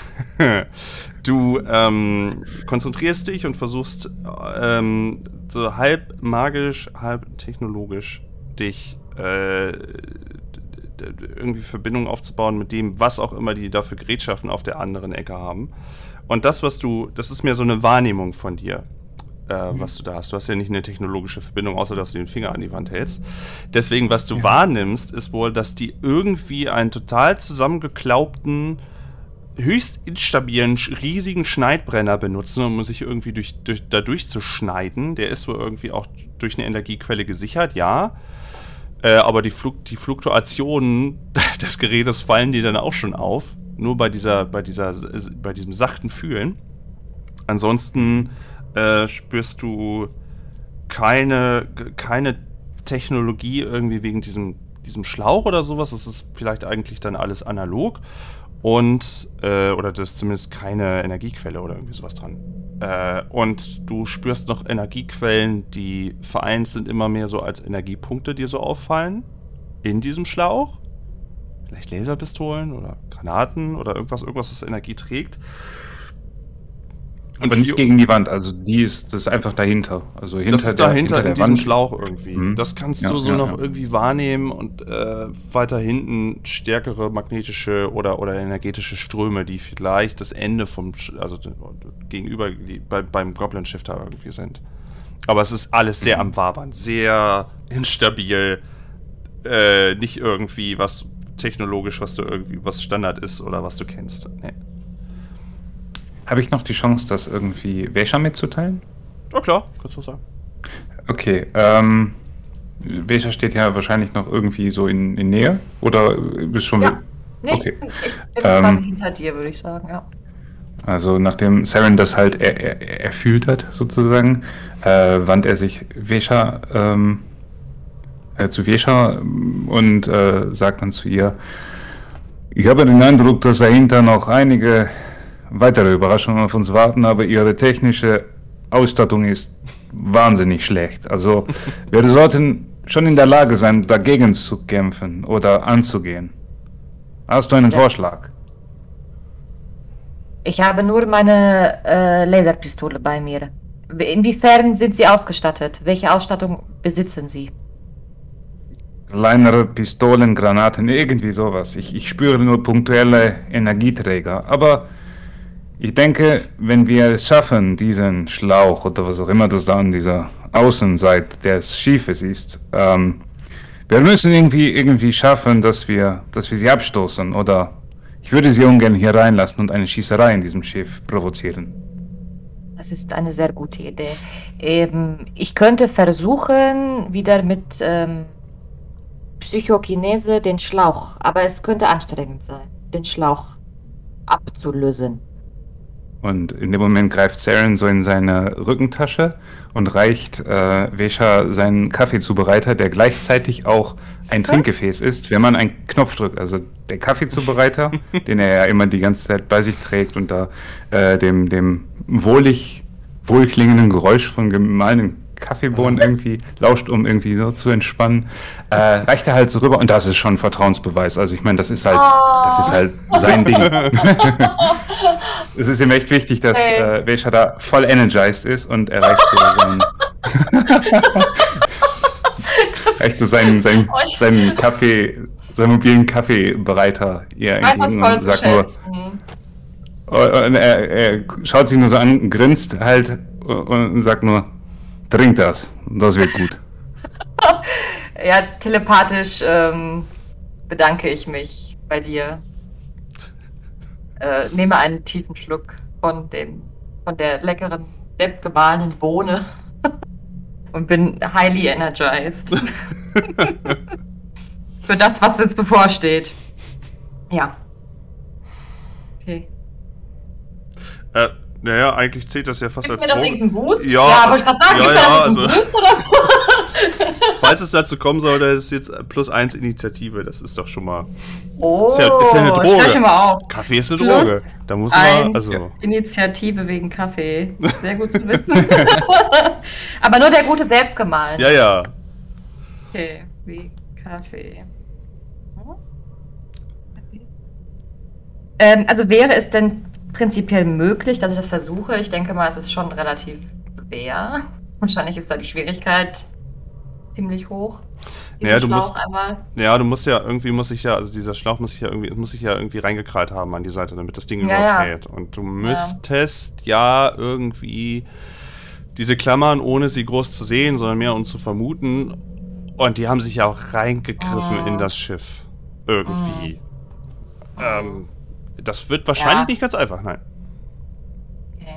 du ähm, konzentrierst dich und versuchst ähm, so halb magisch, halb technologisch dich äh, d- d- irgendwie Verbindung aufzubauen mit dem, was auch immer die da für Gerätschaften auf der anderen Ecke haben. Und das, was du, das ist mehr so eine Wahrnehmung von dir, äh, was du da hast. Du hast ja nicht eine technologische Verbindung, außer dass du den Finger an die Wand hältst. Deswegen, was du Ja. wahrnimmst, ist wohl, dass die irgendwie einen total zusammengeklaubten, höchst instabilen, sch- riesigen Schneidbrenner benutzen, um sich irgendwie durch, durch, da durchzuschneiden. Der ist wohl irgendwie auch durch eine Energiequelle gesichert, ja. Äh, aber die, Fluk die Fluktuationen des Gerätes fallen dir dann auch schon auf. Nur bei dieser, bei dieser, bei diesem sachten Fühlen. Ansonsten äh, spürst du keine, keine Technologie irgendwie wegen diesem, diesem Schlauch oder sowas. Das ist vielleicht eigentlich dann alles analog. Und, äh, oder das ist zumindest keine Energiequelle oder irgendwie sowas dran. Äh, und du spürst noch Energiequellen, die vereint sind immer mehr so als Energiepunkte, die so auffallen in diesem Schlauch. Vielleicht Laserpistolen oder Granaten oder irgendwas, irgendwas, was Energie trägt. Aber nicht gegen die Wand, also die ist, das ist einfach dahinter. Also hinter das ist der, dahinter hinter in der diesem Wand. Schlauch irgendwie. Mhm. Das kannst Ja, du so ja, noch ja. irgendwie wahrnehmen und äh, weiter hinten stärkere magnetische oder, oder energetische Ströme, die vielleicht das Ende vom, Sch- also gegenüber die, bei, beim Goblin Shifter irgendwie sind. Aber es ist alles sehr am Wabern, sehr instabil, äh, nicht irgendwie was technologisch, was du irgendwie, was Standard ist oder was du kennst. Nee. Habe ich noch die Chance, das irgendwie Vesha mitzuteilen? Ja klar, kannst du sagen. Okay, ähm, Vesha steht ja wahrscheinlich noch irgendwie so in, in Nähe, oder bist schon... Ja. Nee, Okay. ich bin Ähm, quasi hinter dir, würde ich sagen, ja. Also nachdem Saren das halt er, er, erfüllt hat, sozusagen, äh, wandt er sich Vesha, ähm, äh, zu Vesha und äh, sagt dann zu ihr, ich habe den Eindruck, dass dahinter noch einige weitere Überraschungen auf uns warten, aber ihre technische Ausstattung ist wahnsinnig schlecht. Also wir sollten schon in der Lage sein, dagegen zu kämpfen oder anzugehen. Hast du einen Ja. Vorschlag? Ich habe nur meine äh, Laserpistole bei mir. Inwiefern sind Sie ausgestattet? Welche Ausstattung besitzen Sie? Kleinere Pistolen, Granaten, irgendwie sowas. Ich, ich spüre nur punktuelle Energieträger. Aber ich denke, wenn wir es schaffen, diesen Schlauch oder was auch immer das da an dieser Außenseite des Schiffes ist, ähm, wir müssen irgendwie irgendwie schaffen, dass wir, dass wir sie abstoßen. Oder ich würde sie ungern hier reinlassen und eine Schießerei in diesem Schiff provozieren. Das ist eine sehr gute Idee. Ähm, ich könnte versuchen, wieder mit ähm, Psychokinese den Schlauch, aber es könnte anstrengend sein, den Schlauch abzulösen. Und in dem Moment greift Saren so in seine Rückentasche und reicht äh, Vesha seinen Kaffeezubereiter, der gleichzeitig auch ein Trinkgefäß ist, wenn man einen Knopf drückt. Also der Kaffeezubereiter, den er ja immer die ganze Zeit bei sich trägt und da äh, dem, dem wohlig, wohlklingenden Geräusch von gemahlenen Kaffeebohnen irgendwie lauscht, um irgendwie so zu entspannen, äh, reicht er halt so rüber und das ist schon Vertrauensbeweis. Also ich meine, das ist halt, das ist halt sein Ding. Es ist ihm echt wichtig, dass Hey. äh, Vesha da voll energized ist und er reicht so seinen, reicht so seinen, seinen, seinen Kaffee, seinen mobilen Kaffeebereiter ihr Ich weiß das entgegen voll und zu sagt nur, schätzen. und er, er schaut sich nur so an, grinst halt und sagt nur, trink das, das wird gut. Ja, telepathisch ähm, bedanke ich mich bei dir. Äh, nehme einen tiefen Schluck von dem, von der leckeren, selbstgemahlenen Bohne und bin highly energized. Für das, was jetzt bevorsteht. Ja. Okay. Äh, naja, eigentlich zählt das ja fast Gibt als mir das Drogen. irgendeinen Boost? Ja, ja wollte ich gerade sagen, ja, gibt mir ja, das jetzt also- einen Boost oder so? Falls es dazu kommen sollte, ist jetzt plus eins Initiative. Das ist doch schon mal. Oh, Ist ja, ist ja eine schreib mir Droge. mal auf. Kaffee ist eine Plus Droge. Da muss man. Eins Also. Initiative wegen Kaffee. Sehr gut zu wissen. Aber nur der gute selbstgemahlen. Ja, ja. Okay, wie Kaffee. Hm? Ähm, also wäre es denn prinzipiell möglich, dass ich das versuche? Ich denke mal, es ist schon relativ schwer. Wahrscheinlich ist da die Schwierigkeit ziemlich hoch. Diesen Ja, du Schlauch musst- einmal. Ja, du musst ja irgendwie, muss ich ja, also dieser Schlauch muss sich ja irgendwie, muss sich ja irgendwie reingekrallt haben an die Seite, damit das Ding Ja, überhaupt ja. hält. Und du müsstest ja. irgendwie diese Klammern, ohne sie groß zu sehen, sondern mehr um zu vermuten. Und die haben sich ja auch reingegriffen Mhm. in das Schiff. Irgendwie. Ähm, das wird wahrscheinlich Ja. nicht ganz einfach, nein. Okay.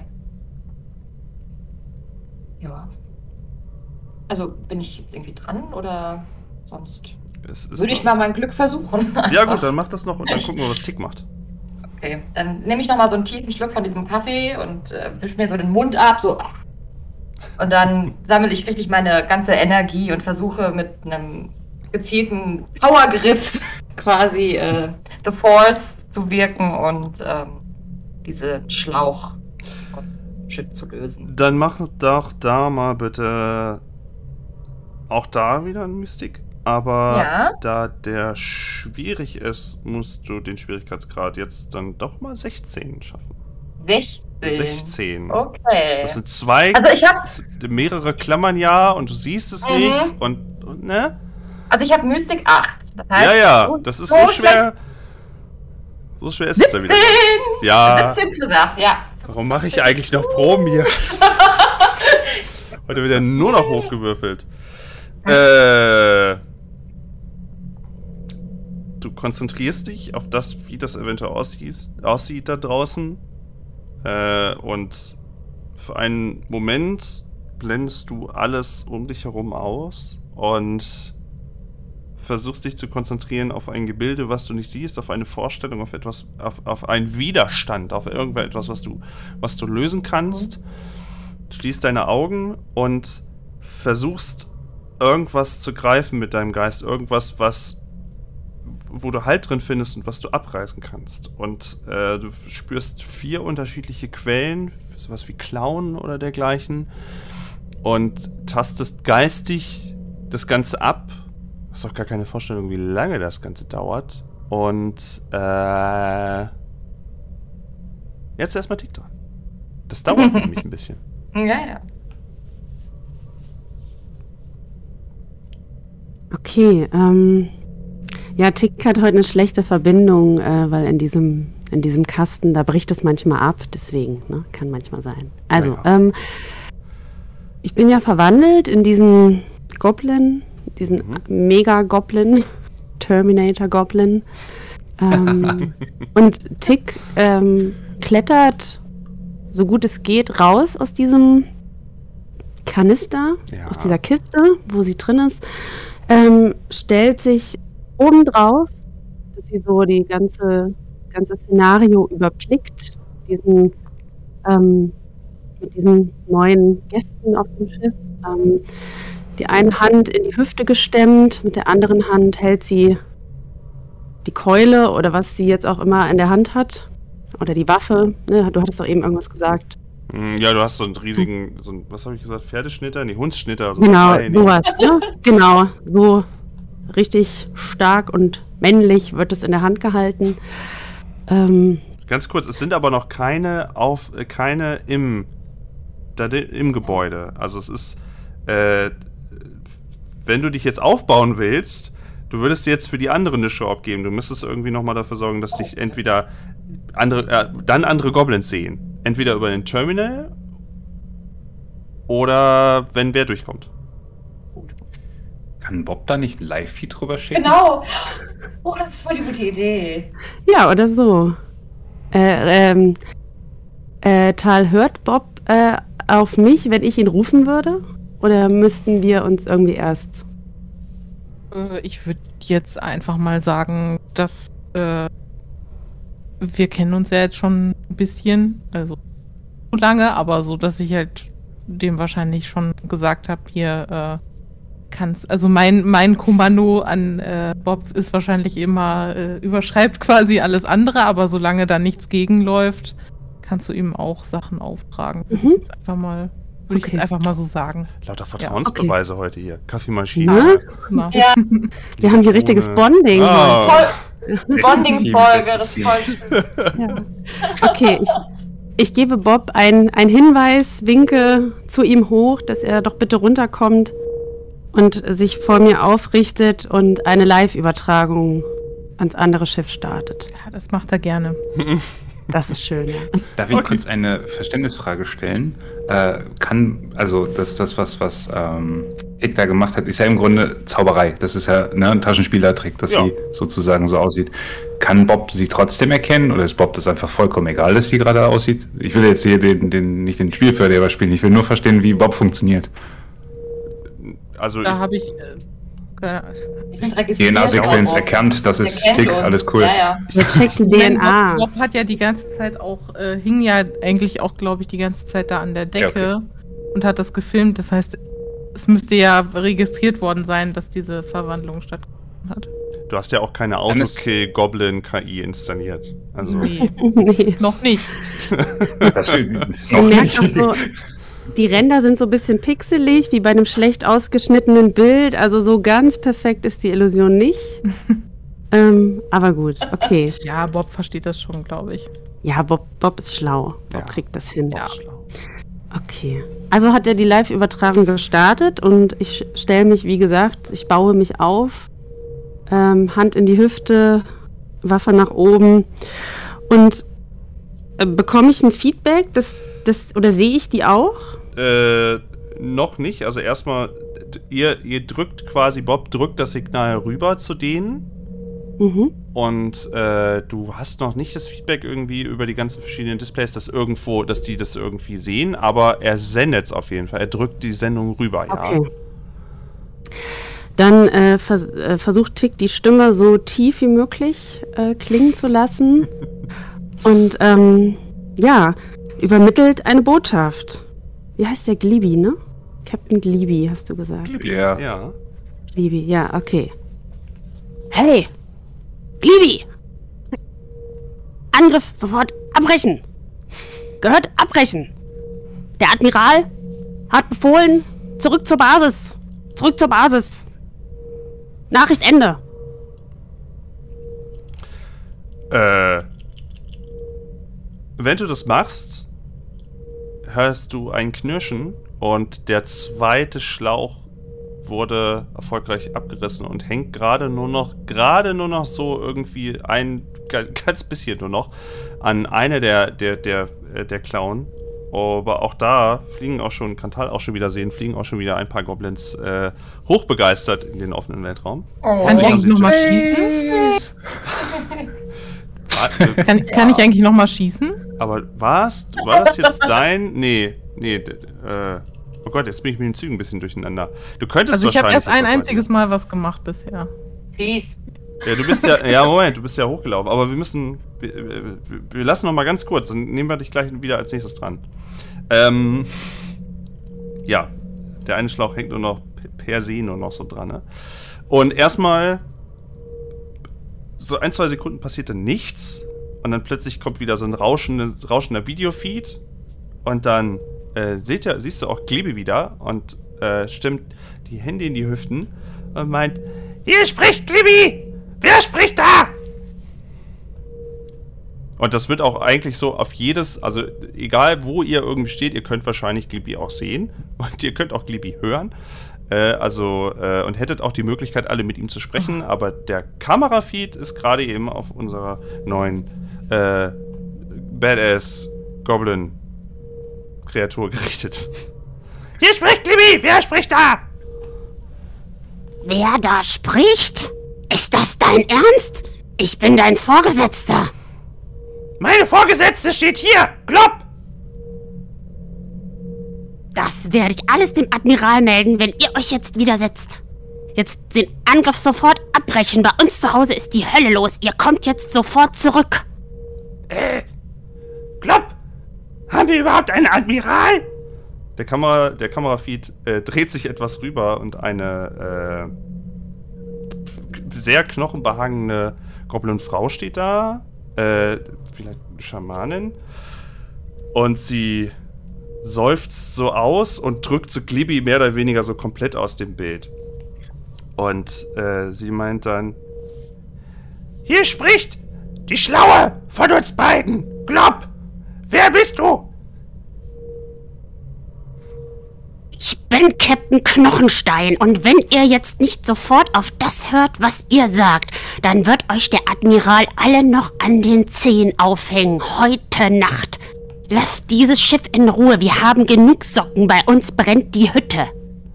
Ja. Also bin ich jetzt irgendwie dran oder sonst Es ist würde ich mal mein Glück versuchen. Ja Einfach. gut, dann mach das noch und dann gucken wir, was Tick macht. Okay, dann nehme ich nochmal so einen tiefen Schluck von diesem Kaffee und äh, wisch mir so den Mund ab, so. Und dann sammle ich richtig meine ganze Energie und versuche mit einem gezielten Powergriff quasi äh, The Force zu wirken und ähm, diesen Schlauch vom Schiff zu lösen. Dann mach doch da mal bitte auch da wieder ein Mystik. Aber Ja. da der schwierig ist, musst du den Schwierigkeitsgrad jetzt dann doch mal sechzehn schaffen. sechzehn. sechzehn. Okay. Das sind zwei, Also ich habe das sind mehrere Klammern ja und du siehst es Mhm. nicht und, und ne? also ich habe Mystik acht. Das heißt, Ja, ja, so- das ist so so schwer. So schwer ist es ja siebzehn! wieder. Ja, siebzehn plus acht, ja. warum mache ich eigentlich noch Proben hier? Heute wird ja nur noch hochgewürfelt. Äh, du konzentrierst dich auf das, wie das eventuell aussieht, aussieht da draußen. Äh, und für einen Moment blendest du alles um dich herum aus und versuchst dich zu konzentrieren auf ein Gebilde, was du nicht siehst, auf eine Vorstellung, auf etwas, auf, auf einen Widerstand, auf irgendetwas, was du, was du lösen kannst. Schließt deine Augen und versuchst irgendwas zu greifen mit deinem Geist, irgendwas, was wo du Halt drin findest und was du abreißen kannst. Und äh, du spürst vier unterschiedliche Quellen, sowas wie Klauen oder dergleichen, und tastest geistig das Ganze ab. Hast doch gar keine Vorstellung, wie lange das Ganze dauert. Und äh, jetzt erstmal Tick dran. Das dauert nämlich ein bisschen. Ja, ja. Okay, ähm, ja, Tick hat heute eine schlechte Verbindung, äh, weil in diesem, in diesem Kasten, da bricht es manchmal ab, deswegen, ne, kann manchmal sein. Also, Ja. ähm, ich bin ja verwandelt in diesen Goblin, diesen Mhm. Mega-Goblin, Terminator-Goblin. Ähm, und Tick ähm, klettert, so gut es geht, raus aus diesem Kanister, Ja. aus dieser Kiste, wo sie drin ist, ähm, stellt sich oben drauf, dass sie so die ganze, ganze Szenario überblickt, diesen, ähm, mit diesen neuen Gästen auf dem Schiff. Ähm, die eine Hand in die Hüfte gestemmt, mit der anderen Hand hält sie die Keule oder was sie jetzt auch immer in der Hand hat. Oder die Waffe. Ne? Du hattest doch eben irgendwas gesagt. Hm, Ja, du hast so einen riesigen, so einen, was habe ich gesagt, Pferdeschnitter? Nee, Hundsschnitter. So Genau, zwei, nee. sowas. Ne? Genau, so richtig stark und männlich wird es in der Hand gehalten. Ähm, Ganz kurz, es sind aber noch keine auf, äh, keine im, da, de- im Gebäude. Also es ist, äh, wenn du dich jetzt aufbauen willst, du würdest jetzt für die anderen eine Show abgeben. Du müsstest irgendwie nochmal dafür sorgen, dass dich entweder andere, äh, dann andere Goblins sehen. Entweder über den Terminal oder wenn wer durchkommt. Kann Bob da nicht ein Live-Feed drüber schicken? Genau. Oh, das ist voll die gute Idee. ja, oder so. Äh, ähm, äh, Tal, hört Bob äh, auf mich, wenn ich ihn rufen würde? Oder müssten wir uns irgendwie erst... Äh, ich würde jetzt einfach mal sagen, dass äh, wir kennen uns ja jetzt schon ein bisschen, also so lange, aber so, dass ich halt dem wahrscheinlich schon gesagt habe, hier äh, kannst, also mein, mein Kommando an äh, Bob ist wahrscheinlich immer, äh, überschreibt quasi alles andere, aber solange da nichts gegenläuft, kannst du ihm auch Sachen auftragen. Würde Mhm. ich jetzt einfach mal, würde ich Okay. jetzt einfach mal so sagen. Lauter Vertrauensbeweise heute hier. Kaffeemaschine. Ne? Immer. Ja, Wir haben hier richtiges Ohne- Bonding. Ah. voll Bonding-Folge, das ist Team. voll schön. Ja. Okay, ich, ich gebe Bob einen Hinweis, winke zu ihm hoch, dass er doch bitte runterkommt und sich vor mir aufrichtet und eine Live-Übertragung ans andere Schiff startet. Ja, das macht er gerne. Das ist schön, ja. Darf ich kurz eine Verständnisfrage stellen? Äh, kann, also das, das was, was ähm, Tick da gemacht hat, ist ja im Grunde Zauberei. Das ist ja ne, ein Taschenspielertrick, dass Ja. sie sozusagen so aussieht. Kann Bob sie trotzdem erkennen oder ist Bob das einfach vollkommen egal, dass sie gerade aussieht? Ich will jetzt hier den, den, nicht den Spielverderber spielen, ich will nur verstehen, wie Bob funktioniert. Also Da ich, habe ich. Äh, Die sind registriert. D N A-Sequenz Bob. erkannt, das ist Der kennt Tick, uns. alles cool. Ja, ja. Wir checken D N A. Bob, Bob hat ja die ganze Zeit auch, äh, hing ja eigentlich auch, glaube ich, die ganze Zeit da an der Decke Ja, und hat das gefilmt. Das heißt, es müsste ja registriert worden sein, dass diese Verwandlung stattgefunden hat. Du hast ja auch keine Autokill-Goblin-K I installiert. Also. Nee, Nee. noch nicht. Das will, Man noch merkt auch nicht. so, die Ränder sind so ein bisschen pixelig, wie bei einem schlecht ausgeschnittenen Bild. Also so ganz perfekt ist die Illusion nicht. ähm, aber gut, okay. Ja, Bob versteht das schon, glaube ich. Ja, Bob, Bob ist schlau. Bob Ja. kriegt das hin. Ja. Okay. Also hat er die Live-Übertragung gestartet und ich stelle mich, wie gesagt, ich baue mich auf. Ähm, Hand in die Hüfte, Waffe nach oben. Und äh, bekomme ich ein Feedback? Das, das, oder sehe ich die auch? Äh, noch nicht. Also erstmal, d- ihr, ihr drückt quasi, Bob drückt das Signal rüber zu denen. Mhm. Und äh, du hast noch nicht das Feedback irgendwie über die ganzen verschiedenen Displays, dass irgendwo, dass die das irgendwie sehen, aber er sendet es auf jeden Fall. Er drückt die Sendung rüber, ja. Okay. Dann äh, vers äh, versucht Tick die Stimme so tief wie möglich äh, klingen zu lassen. Und ähm, ja, übermittelt eine Botschaft. Wie heißt der? Glibi, ne? Captain Glibi, hast du gesagt. Ja. Ja. Glibi, ja, okay. Hey! Glibi! Angriff sofort abbrechen! Gehört abbrechen! Der Admiral hat befohlen, zurück zur Basis! Zurück zur Basis! Nachricht Ende! Äh. Wenn du das machst, hörst du ein Knirschen und der zweite Schlauch wurde erfolgreich abgerissen und hängt gerade nur noch, gerade nur noch so irgendwie ein ganz bisschen nur noch an eine der, der, der, der Klauen. Aber auch da fliegen auch schon, kann Tal auch schon wieder sehen, fliegen auch schon wieder ein paar Goblins äh, hochbegeistert in den offenen Weltraum. Kann ich haben eigentlich sie nochmal zu- schießen? War, äh, Kann, kann ich eigentlich nochmal schießen? aber war's, war das jetzt dein? Nee, nee, d- äh, oh Gott, jetzt bin ich mit den Zügen ein bisschen durcheinander. Du könntest Also ich habe wahrscheinlich erst ein jetzt noch einziges Mal was gemacht bisher. Peace. Ja, du bist ja, ja, Moment, du bist ja hochgelaufen, aber wir müssen, wir, wir, wir lassen noch mal ganz kurz, dann nehmen wir dich gleich wieder als nächstes dran. Ähm, ja, der eine Schlauch hängt nur noch per se nur noch so dran, ne? Und erstmal, so ein, zwei Sekunden passiert dann nichts und dann plötzlich kommt wieder so ein rauschendes, rauschender Videofeed und dann äh, seht ihr, siehst du auch Glibi wieder und äh, stimmt die Hände in die Hüften und meint, hier spricht Glibi! Wer spricht da? Und das wird auch eigentlich so auf jedes, also egal wo ihr irgendwie steht, ihr könnt wahrscheinlich Glibi auch sehen und ihr könnt auch Glibi hören. Äh, also, äh, und hättet auch die Möglichkeit, alle mit ihm zu sprechen, aber der Kamerafeed ist gerade eben auf unserer neuen äh, Badass Goblin Kreatur gerichtet. Hier spricht Glibi! Wer spricht da? Wer da spricht? Ist das dein Ernst? Ich bin dein Vorgesetzter. Meine Vorgesetzte steht hier! Glopp! Das werde ich alles dem Admiral melden, wenn ihr euch jetzt widersetzt. Jetzt den Angriff sofort abbrechen. Bei uns zu Hause ist die Hölle los. Ihr kommt jetzt sofort zurück. Äh, Glopp! Haben wir überhaupt einen Admiral? Der, Kamera, der Kamerafeed äh, dreht sich etwas rüber und eine äh, sehr knochenbehangene Goblin-Frau steht da. Äh, vielleicht eine Schamanin. Und sie seufzt so aus und drückt so Glibi mehr oder weniger so komplett aus dem Bild. Und äh, sie meint dann: Hier spricht die Schlaue von uns beiden. Glopp, wer bist du? Ich bin Captain Knochenstein und wenn ihr jetzt nicht sofort auf das hört, was ihr sagt, dann wird euch der Admiral alle noch an den Zehen aufhängen. Heute Nacht. Lasst dieses Schiff in Ruhe. Wir haben genug Socken. Bei uns brennt die Hütte.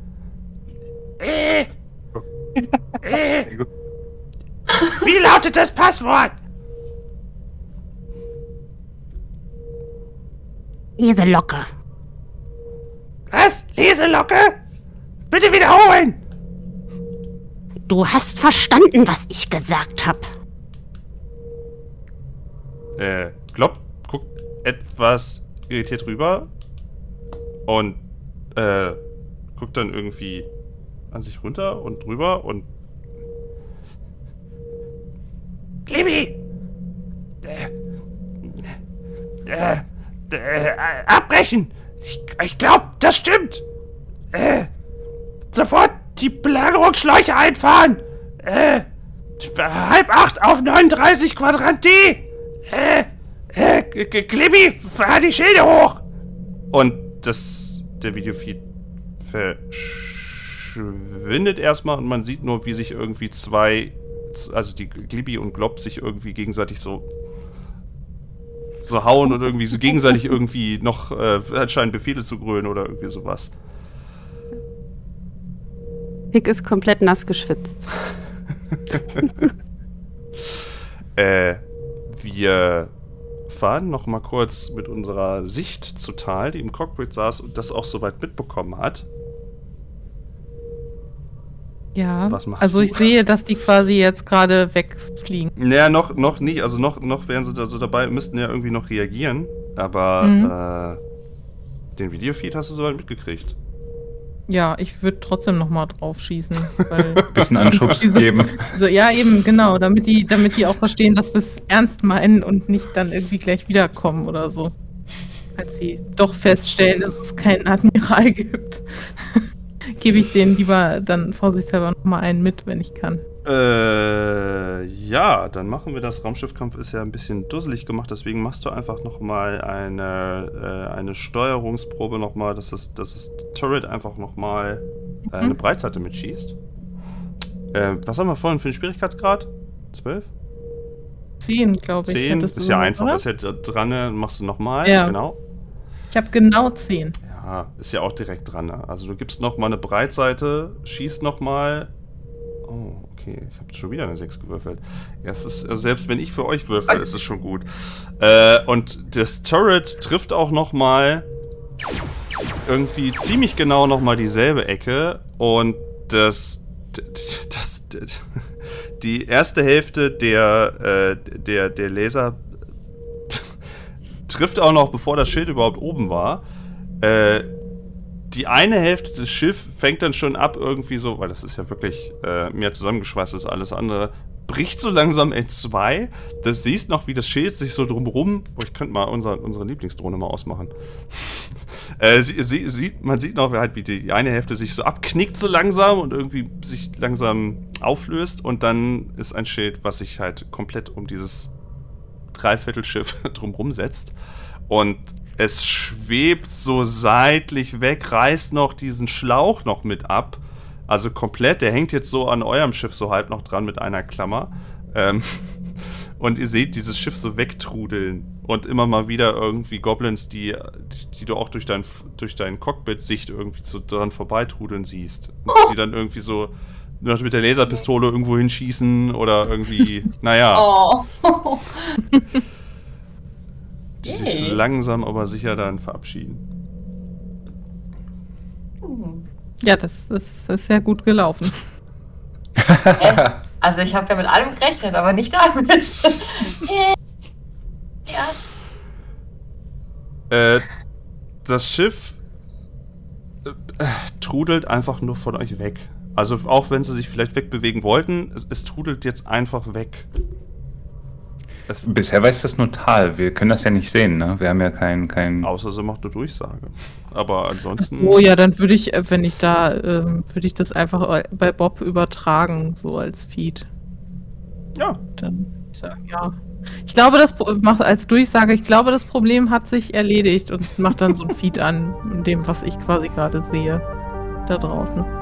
Äh, äh, wie lautet das Passwort? Leselocke. Was? Leselocke? Bitte wiederholen! Du hast verstanden, was ich gesagt habe. Äh, Glopp guckt etwas irritiert rüber und äh, guckt dann irgendwie an sich runter und drüber und Clibby! Äh, äh, äh, abbrechen! Ich, ich glaube, das stimmt! Äh, sofort die Belagerungsschläuche einfahren! Äh, halb acht auf neununddreißig Quadrant D! Äh, äh, Clibby, fahr die Schilde hoch! Und das, der Videofeed verschwindet erstmal und man sieht nur, wie sich irgendwie zwei, also die Glibby und Glob sich irgendwie gegenseitig so so hauen und irgendwie so gegenseitig irgendwie noch äh, anscheinend Befehle zu grölen oder irgendwie sowas. Hick ist komplett nass geschwitzt. äh, wir fahren noch mal kurz mit unserer Sicht zu Tal, die im Cockpit saß und das auch soweit mitbekommen hat. Ja, Was machst also du? ich sehe, dass die quasi jetzt gerade wegfliegen. Naja, noch, noch nicht. Also noch, noch wären sie da so dabei, müssten ja irgendwie noch reagieren. Aber Mhm. äh, den Videofeed hast du soweit mitgekriegt. Ja, ich würde trotzdem nochmal drauf schießen. Weil Bisschen Anschubs geben. so, ja, eben, genau, damit die, damit die auch verstehen, dass wir es ernst meinen und nicht dann irgendwie gleich wiederkommen oder so. Als sie doch feststellen, dass es keinen Admiral gibt. Gebe ich denen lieber dann vorsichtshalber nochmal einen mit, wenn ich kann. Äh, ja, dann machen wir das. Raumschiffkampf ist ja ein bisschen dusselig gemacht, deswegen machst du einfach nochmal eine, äh, eine Steuerungsprobe nochmal, dass das, dass das Turret einfach nochmal äh, eine Breitseite mitschießt. Äh, was haben wir vorhin für einen Schwierigkeitsgrad? zwölf? Zehn, glaube ich. zehn? hattest Ist du, ja einfach, oder? ist ja dran, ne? Machst du nochmal, Ja. genau. Ich habe genau zehn. Ja, ist ja auch direkt dran. Ne? Also du gibst nochmal eine Breitseite, schießt nochmal. Oh, okay. Ich habe schon wieder eine sechs gewürfelt. Ja, es ist, also selbst wenn ich für euch würfel, ist es schon gut. Äh, und das Turret trifft auch nochmal irgendwie ziemlich genau nochmal dieselbe Ecke. Und das, das, das die erste Hälfte der, äh, der, der Laser trifft auch noch, bevor das Schild überhaupt oben war. Äh, die eine Hälfte des Schiffs fängt dann schon ab irgendwie so, weil das ist ja wirklich äh, mehr zusammengeschweißt als alles andere, bricht so langsam in zwei. Das siehst noch, wie das Schild sich so drumrum, oh, ich könnte mal unser, unsere Lieblingsdrohne mal ausmachen. äh, sie, sie, sie, man sieht noch halt, wie die eine Hälfte sich so abknickt so langsam und irgendwie sich langsam auflöst und dann ist ein Schild, was sich halt komplett um dieses Dreiviertelschiff drumrum setzt und es schwebt so seitlich weg, reißt noch diesen Schlauch noch mit ab. Also komplett, der hängt jetzt so an eurem Schiff so halb noch dran mit einer Klammer. Ähm, und ihr seht dieses Schiff so wegtrudeln. Und immer mal wieder irgendwie Goblins, die, die du auch durch dein, durch dein Cockpit-Sicht irgendwie so dran vorbeitrudeln siehst. Und die dann irgendwie so noch mit der Laserpistole irgendwo hinschießen oder irgendwie, naja. Oh. Die sich langsam aber sicher dann verabschieden. Ja, das, das ist ja gut gelaufen. Äh, also ich habe ja mit allem gerechnet, aber nicht damit. äh, das Schiff äh, trudelt einfach nur von euch weg. Also auch wenn sie sich vielleicht wegbewegen wollten, es, es trudelt jetzt einfach weg. Es, Bisher weiß das nur Tal. Wir können das ja nicht sehen, ne? Wir haben ja kein... kein außer sie macht eine Durchsage. Aber ansonsten... Oh ja, dann würde ich, äh, wenn ich da, ähm, würde ich das einfach bei Bob übertragen, so als Feed. Ja. Dann würde ich sagen, ja. Ich glaube, das Pro- macht als Durchsage, ich glaube, das Problem hat sich erledigt und macht dann so ein Feed an, in dem, was ich quasi gerade sehe, da draußen.